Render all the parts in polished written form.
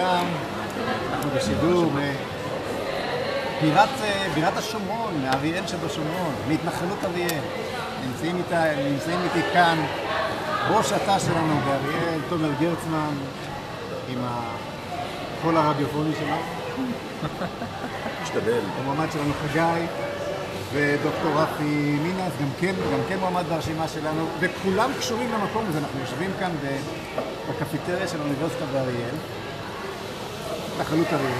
לכולם, אנחנו בשידור מבירת השומרון, מאריאל שבשומרון, מהתנחלות אריאל. נמצאים איתי כאן ראש התא שלנו באריאל, תומר גרצמן, עם הקול הרדיופוני שלו. משתדל. המועמד שלנו חגי, ודוקטור רפי מינס, גם כן מועמד ברשימה שלנו, וכולם קשורים למקום הזה. אנחנו יושבים כאן בקפיטריה של האוניברסיטה באריאל, התנחלות אריאל.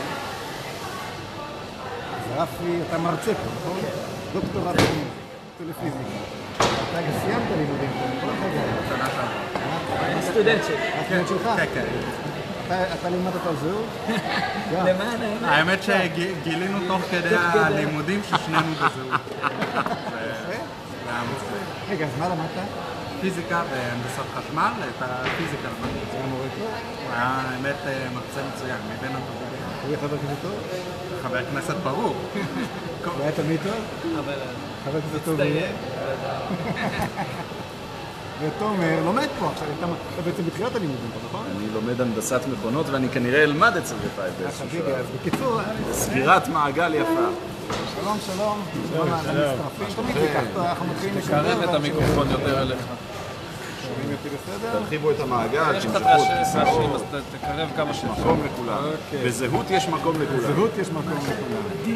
אז רפי, אתה מרצה פה, נכון? דוקטור רפי מינס, טלפיזיקה. אתה גם סיימת לימודים פה, נכון חגי? הסטודנט שלי. הסטודנט שלך? כן, כן. אתה לימדת את הזהות? למען האמת שגילינו תוך כדי הלימודים ששנינו בזהות. רגע, אז מה למדת? פיזיקה והנדסת חשמל, את הפיזיקה למדתי. זה היה מורה טוב? הוא היה האמת מרצה מצוין, מבין הטובים. הוא יהיה חבר כנסת טוב? חבר כנסת ברור. הוא היה תמיד טוב? אבל חבר כנסת טוב יהיה? ותומר לומד פה עכשיו, אתה בעצם בתחילת הלימודים פה, נכון? אני לומד הנדסת מכונות ואני כנראה אלמד אצל רפאי באיזשהו שלב. אז בקיצור, סגירת מעגל יפה. שלום, שלום. שלום למצטרפים. תמיד זה ככה, אנחנו מתחילים לשדר. תקרב את המיקרופון יותר אליך. שומעים אותי בסדר? תרחיבו את המעגל, יש לך תמשכו רעשים, אז תקרב כמה שאתה. מקום לכולם. בזהות יש מקום לכולם. בזהות יש מקום לכולם.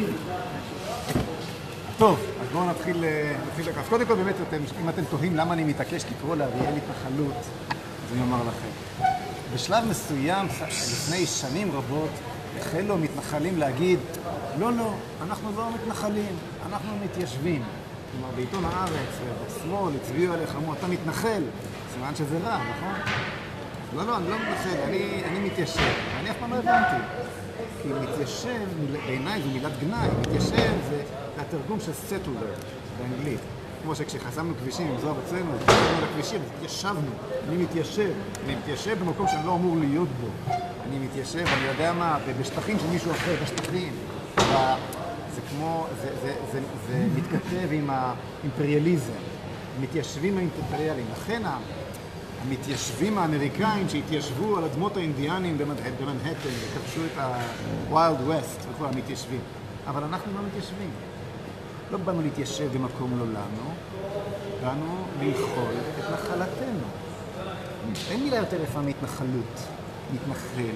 טוב, אז בואו נתחיל לכך. קודם כל, באמת, אם אתם תוהים למה אני מתעקש לקרוא לאריאל התנחלות, אז אני אומר לכם. בשלב מסוים, לפני שנים רבות, החלו מתנחלים להגיד, לא, אנחנו לא מתנחלים, אנחנו מתיישבים. כלומר, בעיתון הארץ ובשמאל הצביעו עליך, אמרו, אתה מתנחל. סימן שזה רע, נכון? לא, אני לא מתנחל, אני מתיישב. אני אף פעם לא הבנתי. כי מתיישב, בעיניי זו מילת גנאי. מתיישב זה התרגום של settler באנגלית. כמו שכשחסמנו כבישים עם זוהר אצלנו, התיישבנו לכבישים, התיישבנו. אני מתיישב במקום שאני לא אמור להיות בו. אני מתיישב, אני יודע מה, בשטחים של מישהו אחר, בשטחים. זה כמו, זה מתכתב עם האימפריאליזם. מתיישבים האימפריאליים. לכן המתיישבים האמריקאים שהתיישבו על אדמות האינדיאנים במנהטן וכבשו את הווילד ווסט וכל המתיישבים. אבל אנחנו לא מתיישבים. לא באנו להתיישב במקום לא לנו, באנו לאכול את נחלתנו. אין מילה יותר יפה מהתנחלות, מתנחל.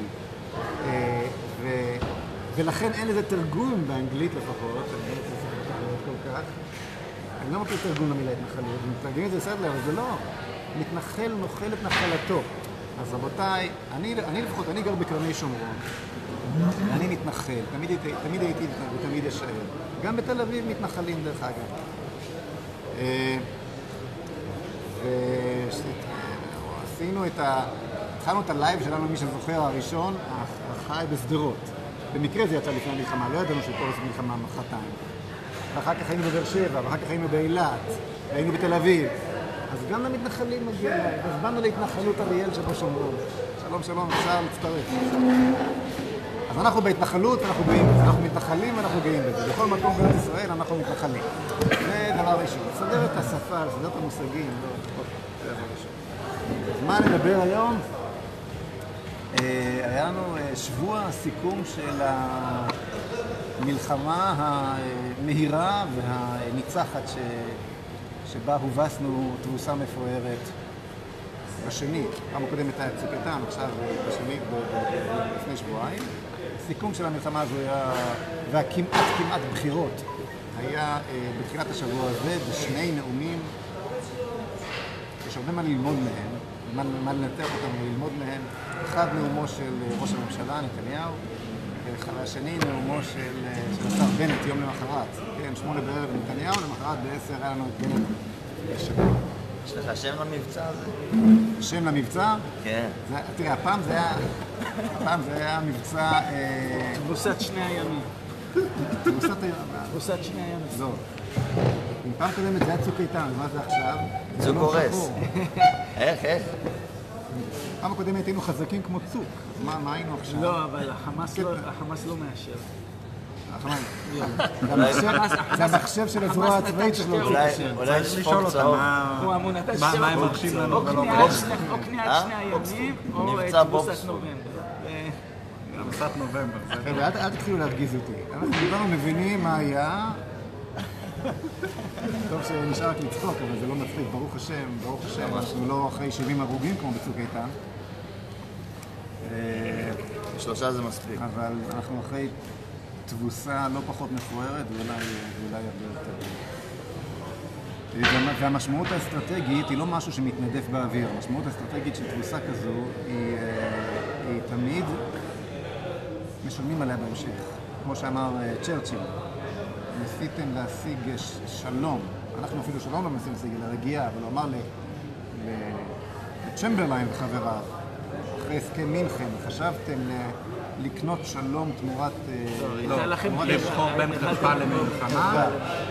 ולכן אין לזה תרגום באנגלית לפחות, אני לא כל כך. אני לא מכיר תרגום למילה התנחלות, מתרגמים את זה בסדר, אבל זה לא. מתנחל נאכל את נחלתו. אז רבותיי, אני גר בקרני שומרון. אני מתנחל, תמיד הייתי ותמיד אשאר. גם בתל אביב מתנחלים דרך אגב. התחלנו את הלייב שלנו, מי שזוכר הראשון, החי בסדרות. במקרה זה יצא לפני המלחמה, לא ידענו שפורס מלחמה מחרתיים. ואחר כך היינו בבאר שבע, ואחר כך היינו באילת, והיינו בתל אביב. אז גם למתנחלים מגיע להם, אז באנו להתנחלות אריאל שבשומרון. שלום, אפשר להצטרף. אז אנחנו בהתנחלות ואנחנו גאים בזה, אנחנו מתנחלים ואנחנו גאים בזה. בכל מקום בארץ ישראל אנחנו מתנחלים. זה דבר ראשון. לסדר את השפה, לסדר את המושגים, זה דבר ראשון. אז מה נדבר היום? היה לנו שבוע סיכום של המלחמה המהירה והניצחת שבה הובסנו תבוסה מפוארת בשני. פעם הקודמת היה צוק איתן, עכשיו בשני, לפני שבועיים. הסיכום של המלחמה הזו היה, והכמעט בחירות, היה בתחילת השבוע הזה בשני נאומים. יש הרבה מה ללמוד מהם, מה לנתח אותם וללמוד מהם. אחד נאומו של ראש הממשלה, נתניהו, והשני נאומו של השר בנט יום למחרת. כן, 8 בערב נתניהו, למחרת ב10 היה לנו את בנט בשבוע. יש לך שם למבצע הזה? שם למבצע? כן. תראה, הפעם זה היה מבצע... תבוסת שני הימים. תבוסת שני הימים. לא. אם פעם קודמת זה היה צוק איתן, ומה זה עכשיו? צוק הורס. איך? פעם הקודמת היינו חזקים כמו צוק. מה היינו עכשיו? לא, אבל החמאס לא מאשר. זה המחשב של הזרוע הצבאית שלו. אולי יש חוק צהוב. מה הם מבקשים לנו? או קניית שני הימים, או תבוסת נובמבר. ארוסת נובמבר. חבר'ה, אל תתחילו להרגיז אותי. אנחנו כולנו מבינים מה היה. טוב שנשאר רק לצחוק, אבל זה לא מצחיק. ברוך השם, אנחנו לא אחרי 70 הרוגים כמו בצוק איתן. 3 זה מספיק. אבל אנחנו אחרי תבוסה לא פחות מפוארת, ואולי הרבה יותר. והמשמעות האסטרטגית היא לא משהו שמתנדף באוויר. המשמעות האסטרטגית של תבוסה כזו היא תמיד משלמים עליה בהמשך. כמו שאמר צ'רצ'יל, ניסיתם להשיג שלום. אנחנו אפילו שלום לא מנסים להשיג, אלא רגיעה, אבל הוא אמר לצ'מברליין וחבריו, אחרי הסכם מינכן, חשבתם לקנות שלום תמורת... לבחור בין חרפה למלחמה.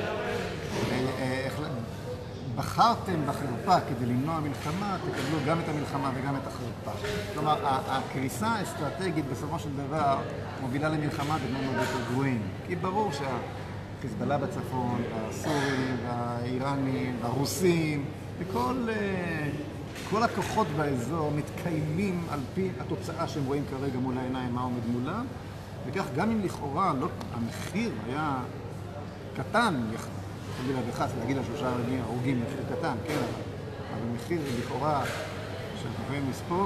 בחרתם בחרפה כדי למנוע מלחמה, תקבלו גם את המלחמה וגם את החרפה. כלומר, הקריסה האסטרטגית בסופו של דבר מובילה למלחמה בדברים הרבה יותר גרועים. כי ברור שהחיזבאללה בצפון, הסורים, האיראנים, הרוסים, וכל הכוחות באזור מתקיימים על פי התוצאה שהם רואים כרגע מול העיניים, מה עומד מולם, וכך גם אם לכאורה המחיר היה קטן, חלילה וחס להגיד על 3 הרוגים מחיר קטן, כן, אבל המחיר לכאורה שאנחנו יכולים לספוג,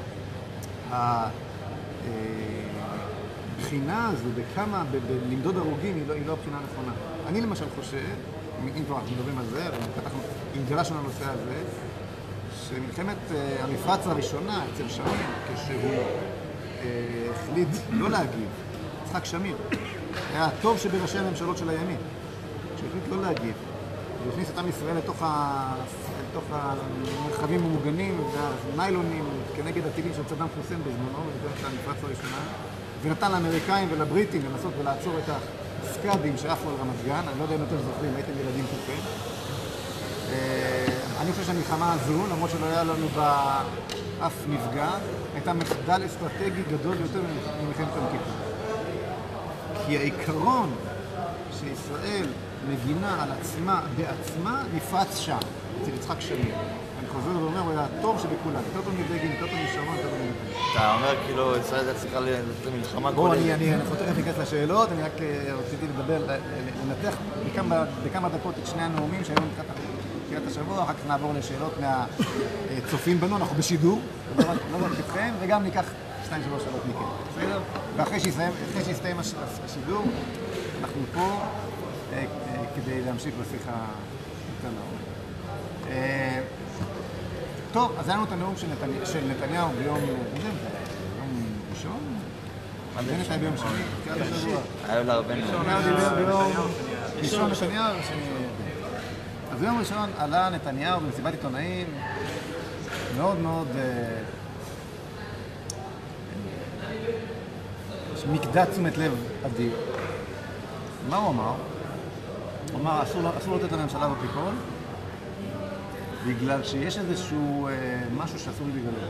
הבחינה הזו למדוד הרוגים היא לא הבחינה הנכונה. אני למשל חושב, אם כבר אנחנו מדברים על זה, אם גלשנו לנושא הזה, שמלחמת המפרץ הראשונה אצל שמיר, כשהוא החליט לא להגיב, יצחק שמיר, היה הטוב שבראשי הממשלות של הימין. שהחליט לא להגיב, והכניס את עם ישראל לתוך המרחבים המוגנים והניילונים כנגד הטילים של סדאם חוסיין בזמנו, במלחמת המפרץ הראשונה, ונתן לאמריקאים ולבריטים לנסות ולעצור את הסקאדים שעפו על רמת גן. אני לא יודע אם אתם זוכרים, הייתם ילדים כולכם. אני חושב שהמלחמה הזו, למרות שלא היה לנו בה אף נפגע, הייתה מחדל אסטרטגי גדול יותר ממלחמת יום כיפור. כי העיקרון שישראל מגינה על עצמה בעצמה נפרץ שם, אצל יצחק שמיר. אני חוזר ואומר, הוא היה הטוב שבכולם, יותר טוב מבגין, יותר טוב משרון, יותר טוב מבגין. אתה אומר כאילו ישראל צריכה למלחמה בואו, כוללת. אני תכף להיכנס לשאלות, אני רק רציתי לדבר, לנתח בכמה דקות את שני הנאומים שהיו מתחילת השבוע, אחר כך נעבור לשאלות מהצופים בנו, אנחנו בשידור, לא רק אתכם, וגם ניקח 2-3 שאלות מכם, בסדר? ואחרי שיסתיים השידור, אנחנו פה כדי להמשיך בשיחה איתנו. טוב, אז היה לנו את הנאום של נתניהו ביום ראשון? בנט היה ביום שני, תחילת השבוע. היה להרבה נתניהו דיבר ביום ראשון נתניהו, אז ביום ראשון עלה נתניהו במסיבת עיתונאים מאוד מאוד מקדש תשומת לב אדיר. מה הוא אמר? הוא אמר, אסור לתת לממשלה הזאת ליפול, בגלל שיש איזשהו משהו שאסור לי לגלות.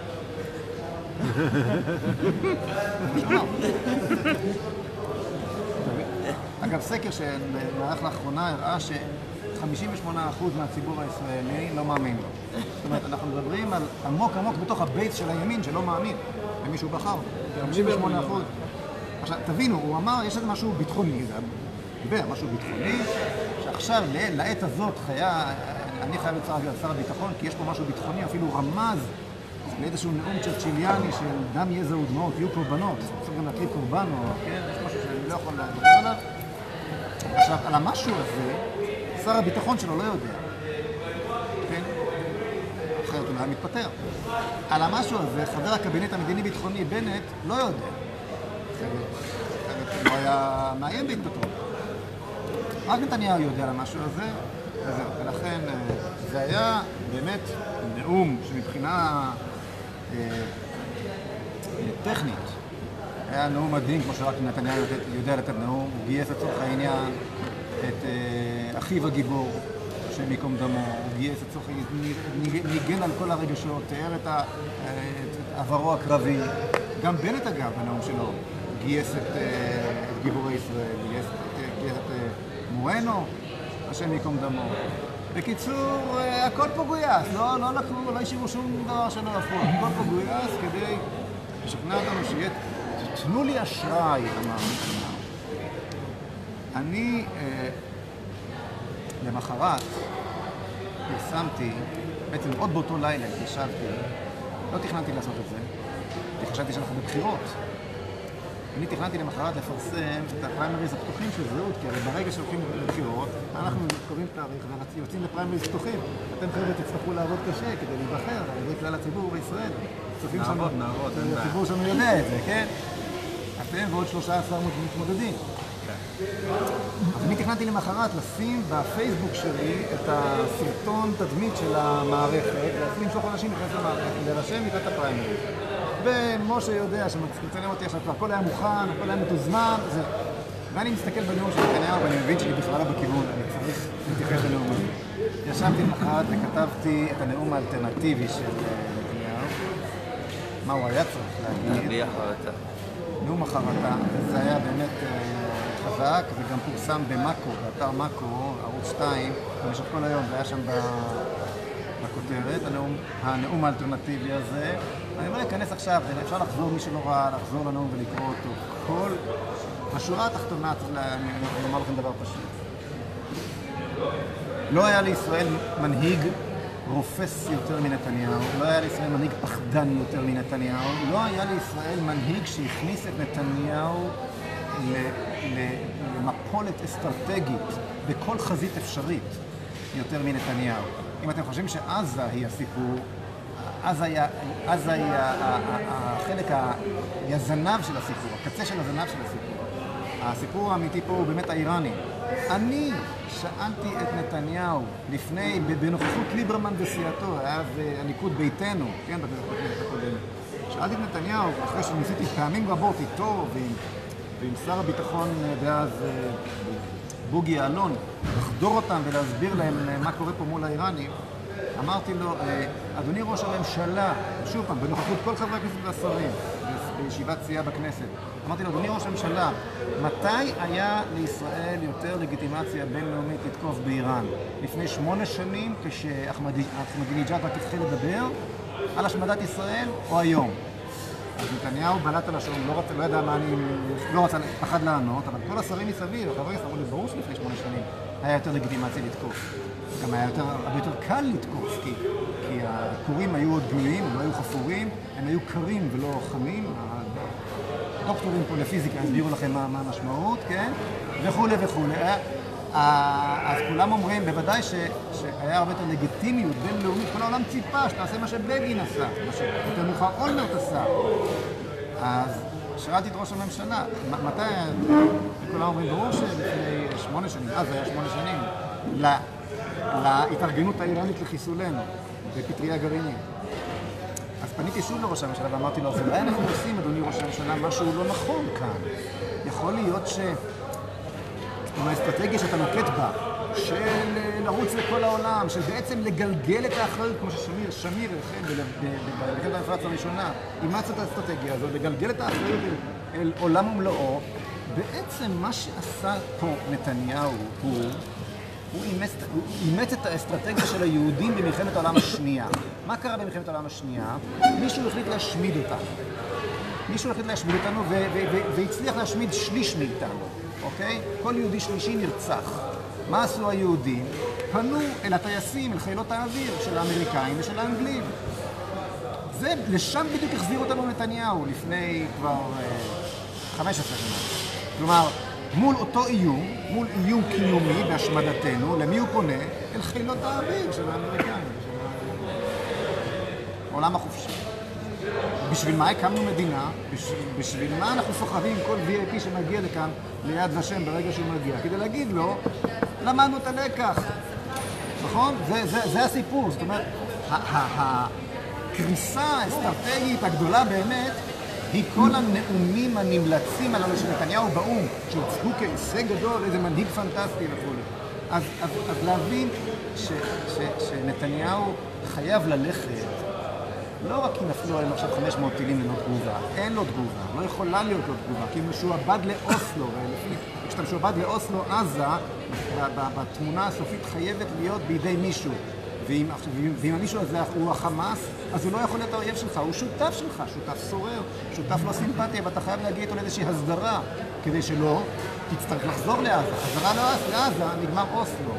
אגב, סקר שנערך לאחרונה הראה ש58% מהציבור הישראלי לא מאמין לו. זאת אומרת, אנחנו מדברים על עמוק בתוך הבייס של הימין שלא מאמין למישהו בחר. 58%. עכשיו, תבינו, הוא אמר, יש איזה משהו ביטחוני, זה דיבר, משהו ביטחוני, שעכשיו, לעת הזאת, אני חייב את שר הביטחון, כי יש פה משהו ביטחוני, אפילו רמז לאיזשהו נאום צ'רצ'יליאני של דם יזע ודמעות, יהיו קורבנות, צריך גם להקריב קורבן, כן? יש משהו שאני לא יכול לדבר עליו. עכשיו, על המשהו הזה, שר הביטחון שלו לא יודע, כן? אחרת הוא היה מתפטר. על המשהו הזה, חבר הקבינט המדיני-ביטחוני בנט לא יודע. אחרת הוא היה מאיים בהתפטרות. רק נתניהו יודע על המשהו הזה, וזהו. ולכן זה היה באמת נאום שמבחינה טכנית היה נאום מדהים, כמו שרק נתניהו יודע לתת נאום. הוא גייס לצורך העניין את אחיו הגיבור, השם ייקום דמו. הוא גייס לצורך ניגן על כל הרגשות, תיאר את עברו הקרבי. גם בנט אגב, בנאום שלו, גייס את גיבורי ישראל, גייס את מורנו, השם ייקום דמו. בקיצור, הכל פה גויס, לא השאירו שום דבר שלא הפכו, הכל פה גויס כדי לשכנע אותנו תנו לי אשראי, אמר נתניהו. אני למחרת פרסמתי, בעצם עוד באותו לילה התיישבתי, לא תכננתי לעשות את זה, כי חשבתי שאנחנו בבחירות. אני תכננתי למחרת לפרסם את הפריימריז הפתוחים של זהות, כי הרי ברגע שהולכים לבחירות, אנחנו קובעים תאריך ויוצאים לפריימריז פתוחים. אתם חבר'ה תצטרכו לעבוד קשה כדי להיבחר, על ידי כלל הציבור בישראל. נעבוד, אין בעיה. הציבור שלנו יודע את זה, כן? אתם ועוד 13 מתמודדים. אז אני תכננתי למחרת לשים בפייסבוק שלי את הסרטון תדמית של המערכת, למשוך אנשים להיכנס למערכת, להירשם לקראת הפריימריז. ומשה יודע שמצלם אותי עכשיו כבר, הכל היה מוכן, הכל היה מתוזמן, זה... ואני מסתכל בנאום של נתניהו ואני מבין שאני בכלל לא בכיוון, אני צריך להתייחס לנאום הזה. ישבתי למחרת וכתבתי את הנאום האלטרנטיבי של נתניהו, מה הוא היה צריך להגיד. בלי החרטה. נאום החרטה, וזה היה באמת חזק, זה גם פורסם במאקו, באתר מאקו, ערוץ 2, במשך כל היום, זה היה שם בכותרת, הנאום האלטרנטיבי הזה. אני אומר, אכנס עכשיו, אפשר לחזור מי שלא ראה, לחזור לנאום ולקרוא אותו. כל... בשורה התחתונה, אני אומר לכם דבר פשוט. לא היה לישראל מנהיג רופס יותר מנתניהו, לא היה לישראל מנהיג פחדני יותר מנתניהו, לא היה לישראל מנהיג שהכניס את נתניהו למפולת אסטרטגית בכל חזית אפשרית יותר מנתניהו. אם אתם חושבים שעזה היא הסיפור, אז היה החלק, היה זנב של הסיפור, הקצה של הזנב של הסיפור. הסיפור האמיתי פה הוא באמת האיראני. אני שאלתי את נתניהו לפני, בנוכחות ליברמן וסיעתו, היה הליכוד ביתנו, כן, בכנסת הקודמת. שאלתי את נתניהו, אחרי שניסיתי פעמים רבות איתו ועם שר הביטחון דאז בוגי יעלון, לחדור אותם ולהסביר להם מה קורה פה מול האיראנים, אמרתי לו, אדוני ראש הממשלה, שוב פעם, בנוכחות כל חברי הכנסת והשרים, בישיבת סיעה בכנסת, אמרתי לו, אדוני ראש הממשלה, מתי היה לישראל יותר לגיטימציה בינלאומית לתקוף באיראן? לפני 8 שנים, כשאחמדינג'אד רק התחיל לדבר על השמדת ישראל, או היום? אז נתניהו בלט על השעון, לא ידע מה אני, לא רצה, פחד לענות, אבל כל השרים מסביב, החברי אמרו לי, ברור שלפני 8 שנים היה יותר לגיטימציה לתקוף. גם היה הרבה יותר קל לתקוף, כי הכורים היו עוד גלויים, הם לא היו חפורים, הם היו קרים ולא חמים. הדוקטורים פה לפיזיקה הסבירו לכם מה המשמעות, כן? וכו' וכו'. אז כולם אומרים, בוודאי שהיה הרבה יותר לגיטימיות בינלאומית, כל העולם ציפה שתעשה מה שבגין עשה, מה שיותר מאוחר אולמרט עשה. אז שאלתי את ראש הממשלה, מתי היה? וכולם אומרים, ברור שלפני 8 שנים, אז היה 8 שנים, להתארגנות האיראנית לחיסולנו, בפטריה גרעינית. אז פניתי שוב לראש הממשלה ואמרתי לו, אז אולי אנחנו עושים, אדוני ראש הממשלה, משהו לא נכון כאן. יכול להיות עם האסטרטגיה שאתה נוקט בה, של לרוץ לכל העולם, של בעצם לגלגל את האחריות, כמו ששמיר החל במלחמת המפרץ הראשונה, אימץ את האסטרטגיה הזו, לגלגל את האחריות אל עולם ומלואו. בעצם מה שעשה פה נתניהו הוא אימץ את האסטרטגיה של היהודים במלחמת העולם השנייה. מה קרה במלחמת העולם השנייה? מישהו החליט להשמיד אותנו. מישהו החליט להשמיד אותנו והצליח להשמיד שליש מאיתנו, אוקיי? כל יהודי שלישי נרצח. מה עשו היהודים? פנו אל הטייסים, אל חילות האוויר של האמריקאים ושל האנגלים. לשם בדיוק החזיר אותנו נתניהו לפני כבר 15 שנה. כלומר, מול אותו איום, מול איום קיומי בהשמדתנו, למי הוא פונה? אל חילות האוויר של האמריקאים, של העולם החופשי. בשביל מה הקמנו מדינה? בשביל מה אנחנו סוחבים כל VIP שמגיע לכאן ליד ושם ברגע שהוא מגיע? כדי להגיד לו, למדנו את הלקח. נכון? זה הסיפור. זאת אומרת, הקריסה האסטרטגית הגדולה באמת היא כל הנאומים הנמלצים הללו של נתניהו באו"ם, שהוצגו כהישג גדול, איזה מנהיג פנטסטי וכו'. אז להבין שנתניהו חייב ללכת, לא רק כי נפלו עליהם עכשיו 500 טילים ללא תגובה, אין לו תגובה, לא יכולה להיות לו תגובה, כי הוא משועבד לאוסלו, כשאתה משועבד לאוסלו, עזה, בתמונה הסופית חייבת להיות בידי מישהו. ואם המישהו הזה הוא החמאס, אז הוא לא יכול להיות האויב שלך, הוא שותף שלך, שותף סורר, שותף לא סימפטיה, ואתה חייב להגיע איתו לאיזושהי הסדרה, כדי שלא תצטרך לחזור לעזה. חזרה לעזה, נגמר אוסלו.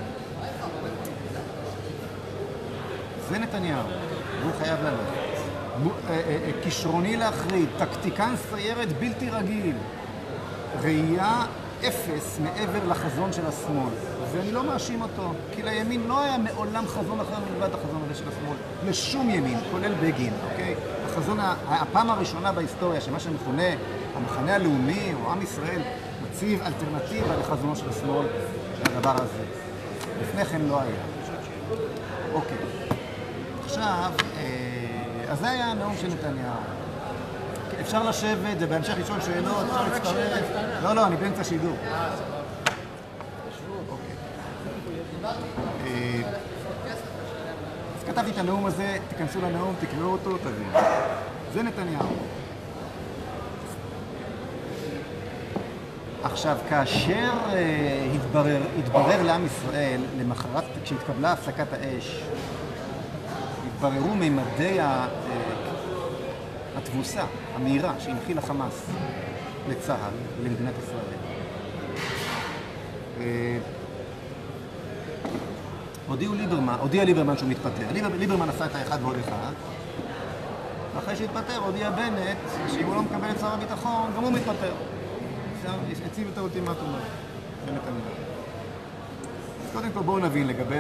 זה נתניהו, והוא חייב ללכת. כישרוני להחריד, טקטיקן סיירת בלתי רגיל, ראייה אפס מעבר לחזון של השמאל. ואני לא מאשים אותו, כי לימין לא היה מעולם חזון אחר מלבד החזון הזה של השמאל. לשום ימין, כולל בגין, אוקיי? החזון, הפעם הראשונה בהיסטוריה, שמה שמכונה המחנה הלאומי או עם ישראל, מציב אלטרנטיבה לחזונו של השמאל, של הדבר הזה. לפני כן לא היה. אוקיי. עכשיו, אז זה היה הנאום של נתניהו. אפשר לשבת ובהמשך לשאול שאלות, אפשר להצטרף. לא, אני באמצע שידור. אז כתבתי את הנאום הזה, תיכנסו לנאום, תקראו אותו, תבינו. זה נתניהו. עכשיו, כאשר התברר לעם ישראל, למחרת, כשהתקבלה הפסקת האש, התבררו מימדי התבוסה המהירה שהנחיל החמאס לצה"ל, למדינת ישראל. הודיע ליברמן שהוא מתפטר. ליברמן עשה את האחד ועוד אחד, ואחרי שהתפטר הודיע בנט שאם הוא לא מקבל את שר הביטחון, גם הוא מתפטר. הציב את האולטימטום בנתניהו. אז קודם כל בואו נבין לגבי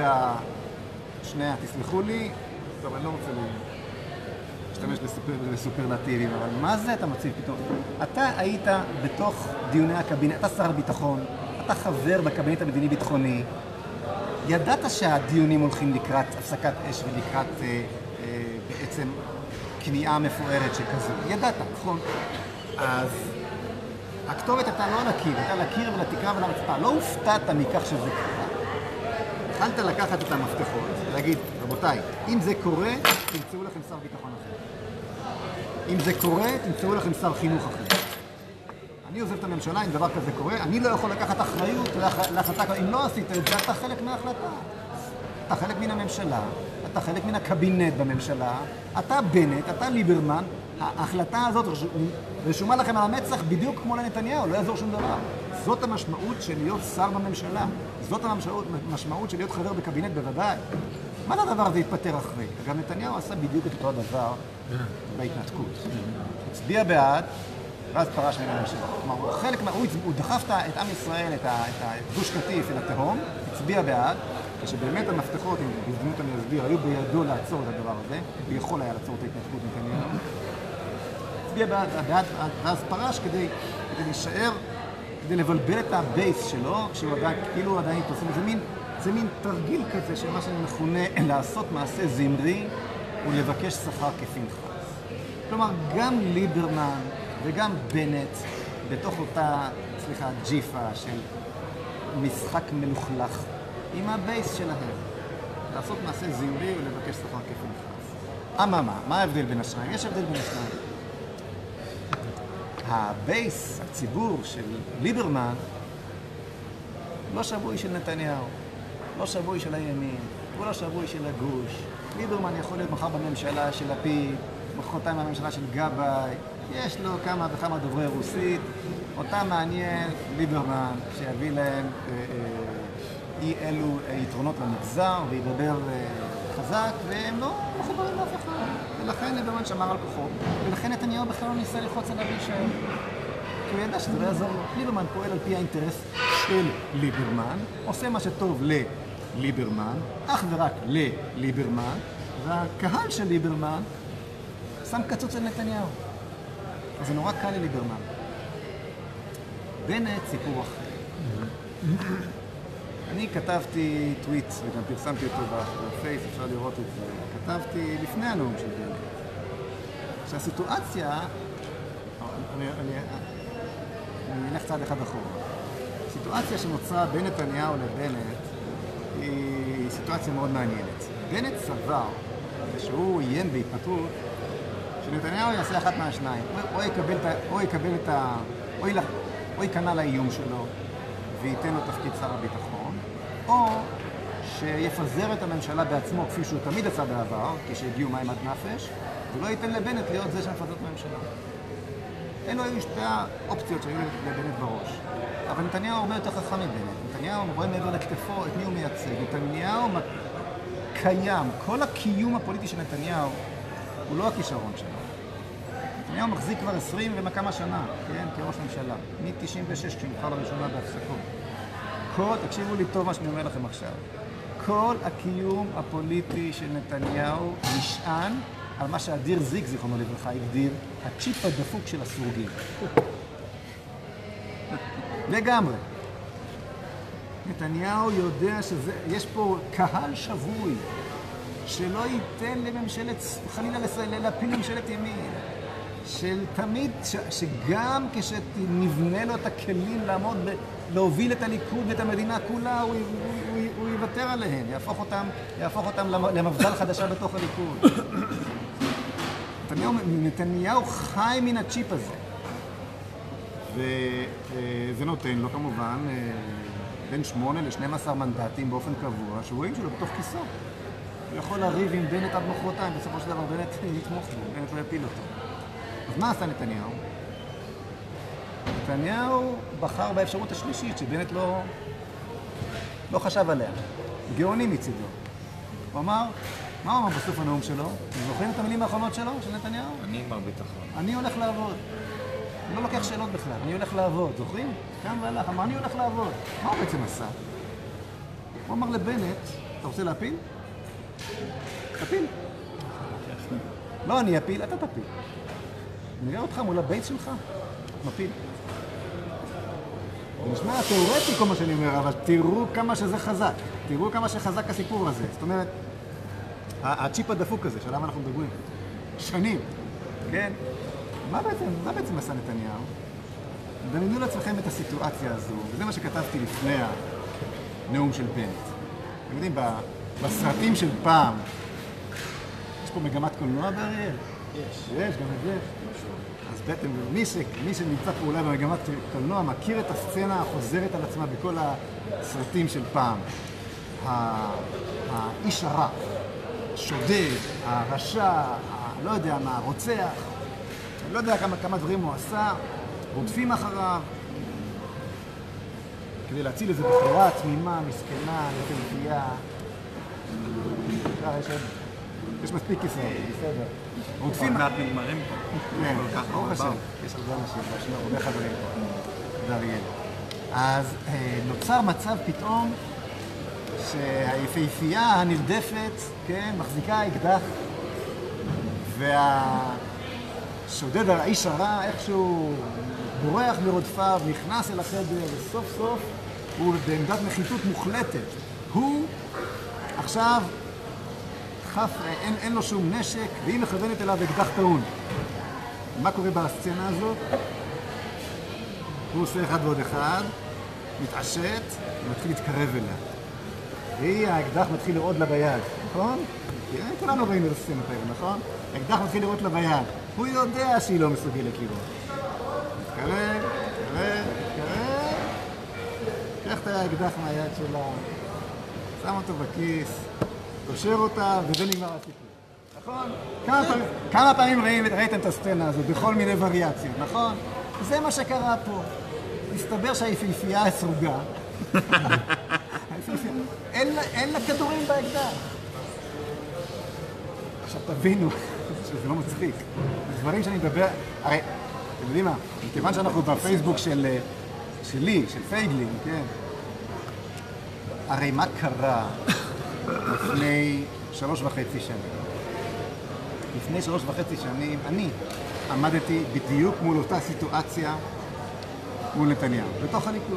תסלחו לי, טוב, אני לא רוצה להשתמש בסופרלטיבים, אבל מה זה אתה מציב פתאום? אתה היית בתוך דיוני הקבינט, אתה שר הביטחון, אתה חבר בקבינט המדיני-ביטחוני, ידעת שהדיונים הולכים לקראת הפסקת אש ולקראת בעצם כניעה מפוארת שכזו. ידעת, נכון? אז הכתובת הייתה לא על הקיר, הייתה על הקיר ולתקרה ולרצפה. לא הופתעת מכך שזה קרה. התחלת לקחת את המפתחות ולהגיד, רבותיי, אם זה קורה, תמצאו לכם שר ביטחון אחר. אם זה קורה, תמצאו לכם שר חינוך אחר. אני עוזב את הממשלה, אם דבר כזה קורה, אני לא יכול לקחת אחריות להחלטה. אם לא עשית את זה, אתה חלק מההחלטה. אתה חלק מן הממשלה, אתה חלק מן הקבינט בממשלה, אתה בנט, אתה ליברמן, ההחלטה הזאת רשומה לכם על המצח בדיוק כמו לנתניהו, לא יעזור שום דבר. זאת המשמעות של להיות שר בממשלה, זאת המשמעות של להיות חבר בקבינט בוודאי. מה זה הדבר הזה התפטר אחרי? אגב, נתניהו עשה בדיוק את אותו הדבר בהתנתקות. הצביע בעד, ואז פרש מן הממשלה. כלומר, הוא דחף את עם ישראל, את גוש קטיף אל התהום, הצביע בעד, כשבאמת המפתחות, אם בהזדמנות אני אסביר, היו בידו לעצור את הדבר הזה, ויכול היה לעצור את ההתנתקות נתניהו. הצביע בעד, ואז פרש כדי להישאר, כדי לבלבל את הבייס שלו, כשהוא עדיין, כאילו הוא עדיין התפרסם. זה מין תרגיל כזה של מה שאני מכונה לעשות מעשה זמרי ולבקש שכר כפנחס. כלומר, גם ליברמן וגם בנט, בתוך אותה, ג'יפה של משחק מלוכלך, עם הבייס שלהם, לעשות מעשה זמרי ולבקש שכר כפנחס. אממה, מה ההבדל בין השניים? יש הבדל בין השניים. הבייס, הציבור של ליברמן, לא שבוי של נתניהו, לא שבוי של הימין, הוא לא שבוי של הגוש. ליברמן יכול להיות מחר בממשלה של לפיד, מחרתיים בממשלה של גבאי, יש לו כמה וכמה דוברי רוסית, אותם מעניין ליברמן שיביא להם אי אלו יתרונות למגזר וידבר חזק, והם לא מחוברים לאף אחד. ולכן ליברמן שמר על כוחו, ולכן נתניהו בכלל לא ניסה ללחוץ עליו להישאר. כי הוא ידע שזה לא יעזור לו. ליברמן פועל על פי האינטרס של ליברמן, עושה מה שטוב לליברמן, אך ורק לליברמן, והקהל של ליברמן שם קצוץ על נתניהו. אז זה נורא קל לליברמן. בנט סיפור אחר. אני כתבתי טוויט, וגם פרסמתי אותו בפייס, אפשר לראות את זה. כתבתי לפני הנאום של בנט. שהסיטואציה, אני אלך צעד אחד אחורה. הסיטואציה שנוצרה בין נתניהו לבנט היא סיטואציה מאוד מעניינת. בנט סבר, שהוא עיין בהתפטרות, שנתניהו יעשה אחת מהשניים. או ייכנע לאיום שלו וייתן לו תפקיד שר הביטחון, או שיפזר את הממשלה בעצמו, כפי שהוא תמיד עשה בעבר, כשהגיעו מים עד נפש, ולא ייתן לבנט להיות זה שמפזר את הממשלה. אלו היו שתי האופציות שהיו לבנט בראש. אבל נתניהו הרבה יותר חכם מבנט. נתניהו רואה מעבר לכתפו את מי הוא מייצג. נתניהו קיים. כל הקיום הפוליטי של נתניהו הוא לא הכישרון שלו. נתניהו מחזיק כבר 20 וכמה שנה, כן, כראש ממשלה. מ-96 כשנבחר לראשונה בהפסקות. תקשיבו לי טוב מה שאני אומר לכם עכשיו. כל הקיום הפוליטי של נתניהו נשען על מה שאדיר זיק, זיכרונו לברכה, הגדיר, הצ'יפ הדפוק של הסורגים. לגמרי. נתניהו יודע יש פה קהל שבוי שלא ייתן לממשלת, חלילה להפיל ממשלת ימין. של תמיד, שגם כשנבנה לו את הכלים לעמוד, להוביל את הליכוד ואת המדינה כולה, הוא יוותר עליהם, יהפוך אותם למפד"ל חדשה בתוך הליכוד. נתניהו חי מן הצ'יפ הזה. וזה נותן לו כמובן בין 8 ל-12 מנדטים באופן קבוע, שרואים שלו בתוך כיסו. הוא יכול לריב עם בנט עד מחרתיים, בסופו של דבר בנט יתמוך בו, בנט לא יפיל אותו. אז מה עשה נתניהו? נתניהו בחר באפשרות השלישית שבנט לא חשב עליה. גאוני מצידו. הוא אמר, מה הוא אמר בסוף הנאום שלו? אתם זוכרים את המילים האחרונות שלו, של נתניהו? אני מר ביטחון. אני הולך לעבוד. הוא לא לוקח שאלות בכלל, אני הולך לעבוד. זוכרים? קם והלך, אמר, אני הולך לעבוד. מה הוא בעצם עשה? הוא אמר לבנט, אתה רוצה להפיל? תפיל. לא אני אפיל, אתה תפיל. נראה אותך מול הבית שלך, מפיל. זה נשמע תיאורטי כל מה שאני אומר, אבל תראו כמה שזה חזק. תראו כמה שחזק הסיפור הזה. זאת אומרת, הצ'יפ הדפוק הזה, שעליו אנחנו מדברים. שנים, כן? מה בעצם עשה נתניהו? דמיינו לעצמכם את הסיטואציה הזו, וזה מה שכתבתי לפני הנאום של בנט. אתם יודעים, בסרטים של פעם, יש פה מגמת קולנוע באריאל? יש, גם את זה. אז בעצם מי שנמצא פה אולי במגמת קולנוע מכיר את הסצנה החוזרת על עצמה בכל הסרטים של פעם. האיש הרע, השודד, הרשע, לא יודע מה, הרוצח, אני לא יודע כמה דברים הוא עשה, רודפים אחריו, כדי להציל איזו בחורה תמימה, מסכנה, נפלפייה. יש מספיק כיסאות, בסדר. עוד מעט נגמרים פה. כן, ברוך השם. יש הרבה אנשים, הרבה חברים פה. באריאל. אז נוצר מצב פתאום שהיפהפייה הנרדפת, כן, מחזיקה אקדח, והשודד, האיש הרע, איכשהו בורח מרודפיו, נכנס אל החדר, וסוף סוף הוא בעמדת נחיתות מוחלטת. הוא עכשיו אין לו שום נשק, והיא מכוונת אליו אקדח טעון. מה קורה בסצנה הזאת? הוא עושה אחד ועוד אחד, מתעשת, ומתחיל להתקרב אליה. והיא, האקדח מתחיל לראות לה ביד, נכון? כולנו ראינו את הסצנות האלה, נכון? האקדח מתחיל לראות לה ביד. הוא יודע שהיא לא מסוגלת לראות. מתקרב, קח את האקדח מהיד שלה, שם אותו בכיס, קושר אותה, וזה נגמר הסיפור. נכון? כמה פעמים ראיתם את הסצנה הזאת, בכל מיני וריאציות, נכון? זה מה שקרה פה. מסתבר שהיפהפייה הסרוגה. אין לה כדורים באקדח. עכשיו תבינו שזה לא מצחיק. זה דברים שאני מדבר... הרי, אתם יודעים מה? מכיוון שאנחנו בפייסבוק שלי, של פייגלין, כן? הרי מה קרה לפני 3.5 שנים? לפני 3.5 שנים אני עמדתי בדיוק מול אותה סיטואציה מול נתניהו, בתוך הליכוד.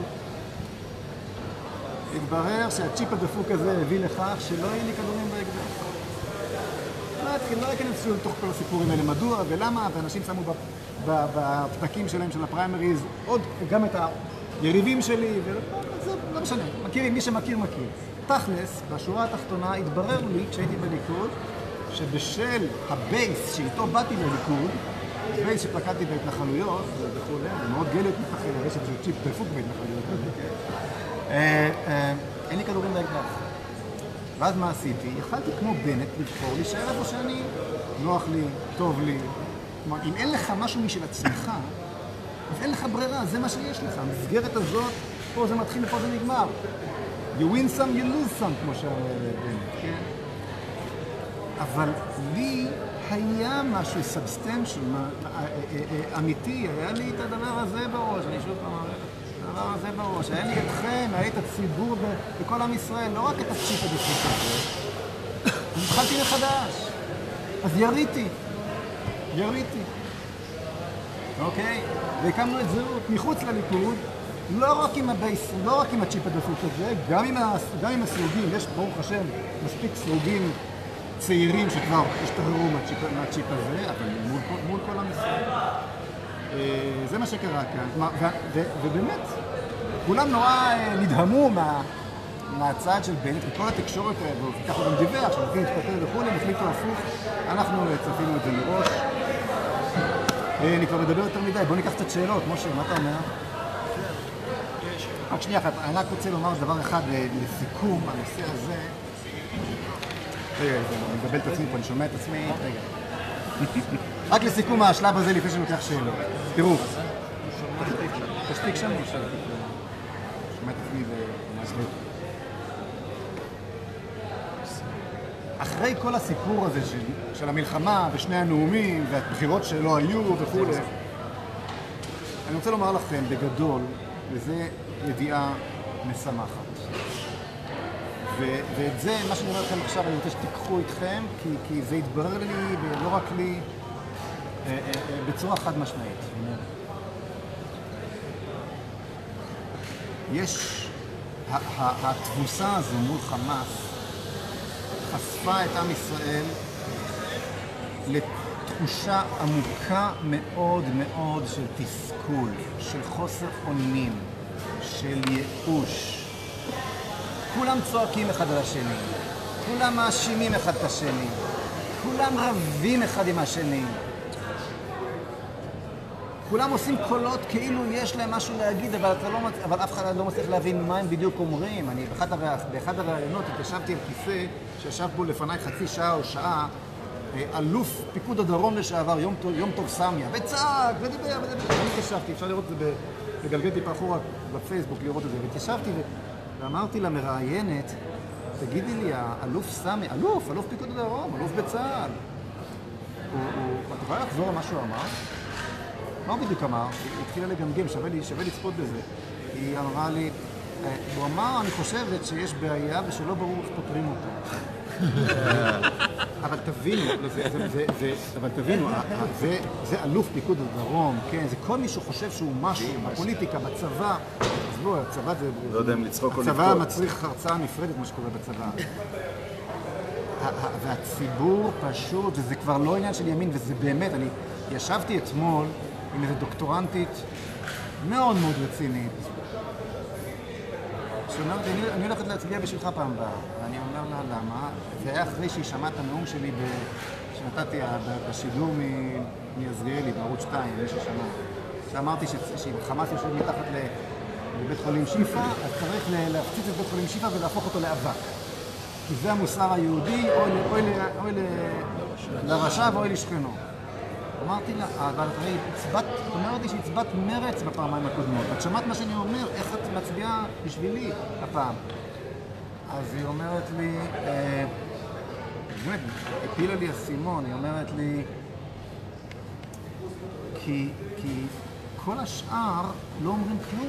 התברר שהצ'יפ הדפוק הזה הביא לכך שלא יהיה לי כדורים באקדח. לא יכנסו לתוך כל הסיפורים האלה, מדוע ולמה, ואנשים שמו בפתקים שלהם של הפריימריז עוד גם את היריבים שלי, וזה לא משנה, מכירים, מי שמכיר מכיר. תכלס, בשורה התחתונה התברר לי כשהייתי בליכוד, שבשל הבייס שאיתו באתי לליכוד, בייס שפקדתי בהתנחלויות וכו', זה מאוד גליות מתנחל, הרי שזה צ'יפ דפוק בהתנחלויות, אין לי כדורים באקדח. ואז מה עשיתי? יכלתי כמו בנט לבחור להישאר איפה שאני, נוח לי, טוב לי. כלומר, אם אין לך משהו משל עצמך, אז אין לך ברירה, זה מה שיש לך. המסגרת הזאת, פה זה מתחיל ופה זה נגמר. You win some, you lose some, כמו שאומר בנט, כן? אבל לי היה משהו סאבסטנשל, אמיתי, היה לי את הדבר הזה בראש, אני שוב פעם אומר, את הדבר הזה בראש, היה לי אתכם, היה לי את הציבור בכל עם ישראל, לא רק את הצ'יפ הדפוק הזה, התחלתי מחדש, אז יריתי, אוקיי? והקמנו את זהות מחוץ לליכוד, לא רק עם הבייס, לא רק עם הצ'יפ הדפוק הזה, גם עם הסרוגים, יש ברוך השם מספיק סרוגים צעירים שכבר השתחררו מהצ'יפ הזה, אבל מול כל עם ישראל. זה מה שקרה כאן. ובאמת, כולם נורא נדהמו מהצעד של בנט, וכל התקשורת, וככה גם דיווח, שהולכים להתפטר וכולי, הם החליטו הפוך. אנחנו צפינו את זה מראש. אני כבר מדבר יותר מדי, בואו ניקח קצת שאלות. משה, מה אתה אומר? רק שנייה אחת, אני רק רוצה לומר דבר אחד לסיכום הנושא הזה. רגע, אני מבלבל את עצמי פה, אני שומע את עצמי. רגע. רק לסיכום השלב הזה לפני שאני לוקח שאלות. תראו. תשתיק שם. שומע את עצמי ומעזבות. אחרי כל הסיפור הזה של המלחמה ושני הנאומים והבחירות שלא היו וכו', אני רוצה לומר לכם בגדול, וזה ידיעה משמחת. ואת זה, מה שאני אומר לכם עכשיו, אני רוצה שתיקחו איתכם, כי זה יתברר לי, ולא רק לי, בצורה חד משמעית. יש, התבוסה הזו מול חמאס חשפה את עם ישראל לתחושה עמוקה מאוד מאוד של תסכול, של חוסר אונים, של ייאוש. כולם צועקים אחד על השני, כולם מאשימים אחד את השני, כולם רבים אחד עם השני. כולם עושים קולות כאילו יש להם משהו להגיד, אבל אף אחד לא מצליח להבין מה הם בדיוק אומרים. אני באחד הראיונות התיישבתי על כיסא שישב בו לפניי חצי שעה או שעה, אלוף פיקוד הדרום לשעבר, יום טוב סמיה, וצעק ודיבר. אני התיישבתי, אפשר לראות את זה, לגלגל טיפה אחורה בפייסבוק לראות את זה, והתיישבתי ואמרתי למראיינת, תגידי לי, האלוף סמי, אלוף פיקוד הדרום, אלוף בצה"ל, את יכולה לחזור על מה שהוא אמר? מה הוא בדיוק אמר? היא התחילה לגמגם, שווה לצפות בזה. היא אמרה לי, הוא אמר, אני חושבת שיש בעיה ושלא ברור איך פותרים אותה. אבל תבינו, זה אלוף פיקוד הדרום, כן, זה כל מי שחושב שהוא משהו, בפוליטיקה, בצבא, אז לא, הצבא זה... לא יודע אם לצחוק או לבכות. הצבא מצריך הרצאה נפרדת, מה שקורה בצבא. והציבור פשוט, וזה כבר לא עניין של ימין, וזה באמת, אני ישבתי אתמול עם איזו דוקטורנטית מאוד מאוד רצינית, שאומרת, אני הולכת להצביע בשבילך פעם הבאה. ואני אומר לה, למה? זה היה אחרי שהיא שמעה את הנאום שלי שנתתי בשידור מעזריאלי, בערוץ 2, מי ששמע. שאמרתי שאם חמאס יושב מתחת לבית חולים שיפה, אז צריך להפציץ את בית חולים שיפה ולהפוך אותו לאבק. כי זה המוסר היהודי, אוי לרשע ואוי לשכנו. אמרתי לה, אבל את אומרת לי שהצבעת מרץ בפעמיים הקודמות. את שמעת מה שאני אומר, איך את מצביעה בשבילי הפעם? אז היא אומרת לי, באמת, הפילה לי הסימון, היא אומרת לי, כי כל השאר לא אומרים כלום.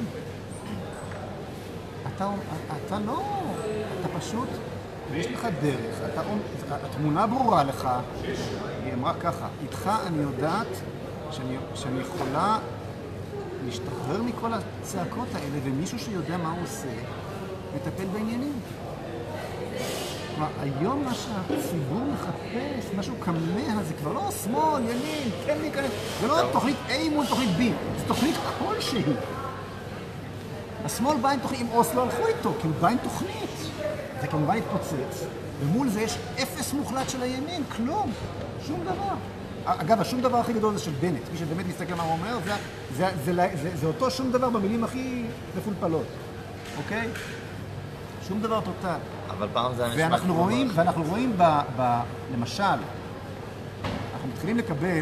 אתה לא, אתה פשוט, ויש לך דרך, התמונה ברורה לך, היא אמרה ככה, איתך אני יודעת שאני יכולה להשתחרר מכל הצעקות האלה, ומישהו שיודע מה הוא עושה, מטפל בעניינים. כלומר, היום מה שהציבור מחפש, משהו כמה, זה כבר לא שמאל, ימין, כן להיכנס, זה לא תוכנית A מול תוכנית B, זה תוכנית כלשהי. השמאל בא עם תוכנית, עם אוסלו הלכו איתו, כי הוא בא עם תוכנית. זה כמובן התפוצץ, ומול זה יש אפס מוחלט של הימין, כלום, שום דבר. אגב, השום דבר הכי גדול זה של בנט, מי שבאמת מסתכל מה הוא אומר, זה אותו שום דבר במילים הכי מפולפלות, אוקיי? שום דבר טוטל. אבל פעם זה היה נשמע ואנחנו רואים למשל, אנחנו מתחילים לקבל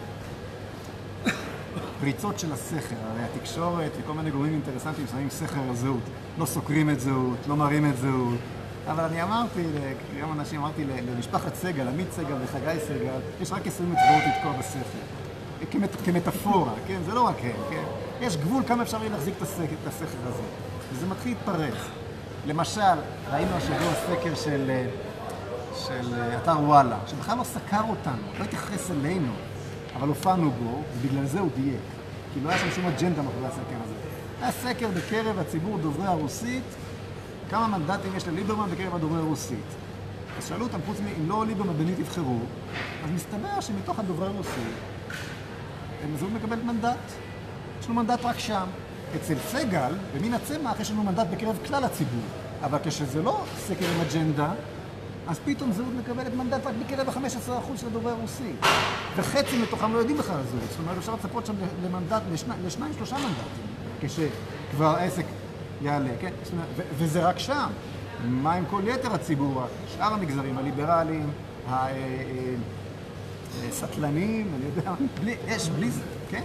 פריצות של הסכר, הרי התקשורת וכל מיני גורמים אינטרסנטיים שמים סכר הזהות, לא סוקרים את זהות, לא מראים את זהות, אבל אני אמרתי לכמה אנשים, אמרתי למשפחת סגל, עמית סגל וחגי סגל, יש רק 20 אצבעות לתקוע בסכר, כמטאפורה, כן? זה לא רק הם, כן? יש גבול כמה אפשר להחזיק את הסכר הזה, וזה מתחיל להתפרץ. למשל, ראינו השבוע סקר של אתר וואלה, שבכלל לא סקר אותנו, לא התייחס אלינו, אבל הופענו בו, ובגלל זה הוא דייק, כי לא היה שם שום אג'נדה מאחורי הסקר הזה. היה סקר בקרב הציבור דוברי הרוסית, כמה מנדטים יש לליברמן בקרב הדוברי הרוסית. אז שאלו אותם, חוץ אם לא ליברמן בני תבחרו, אז מסתבר שמתוך הדוברי הרוסית, אז הוא מקבל מנדט. יש לנו מנדט רק שם. אצל סגל, במין הצמח, יש לנו מנדט בקרב כלל הציבור. אבל כשזה לא סקר עם אג'נדה, אז פתאום זהות מקבלת מנדט רק בקרב ה-15% של הדוברי הרוסית. וחצי מתוכם לא יודעים בכלל זהות. זאת אומרת, אפשר לצפות שם למנדט, לשניים-שלושה מנדטים, כשכבר העסק יעלה, כן? וזה רק שם. מה עם כל יתר הציבור, שאר המגזרים, הליברליים, הסטלנים, אני יודע, בלי זה, כן?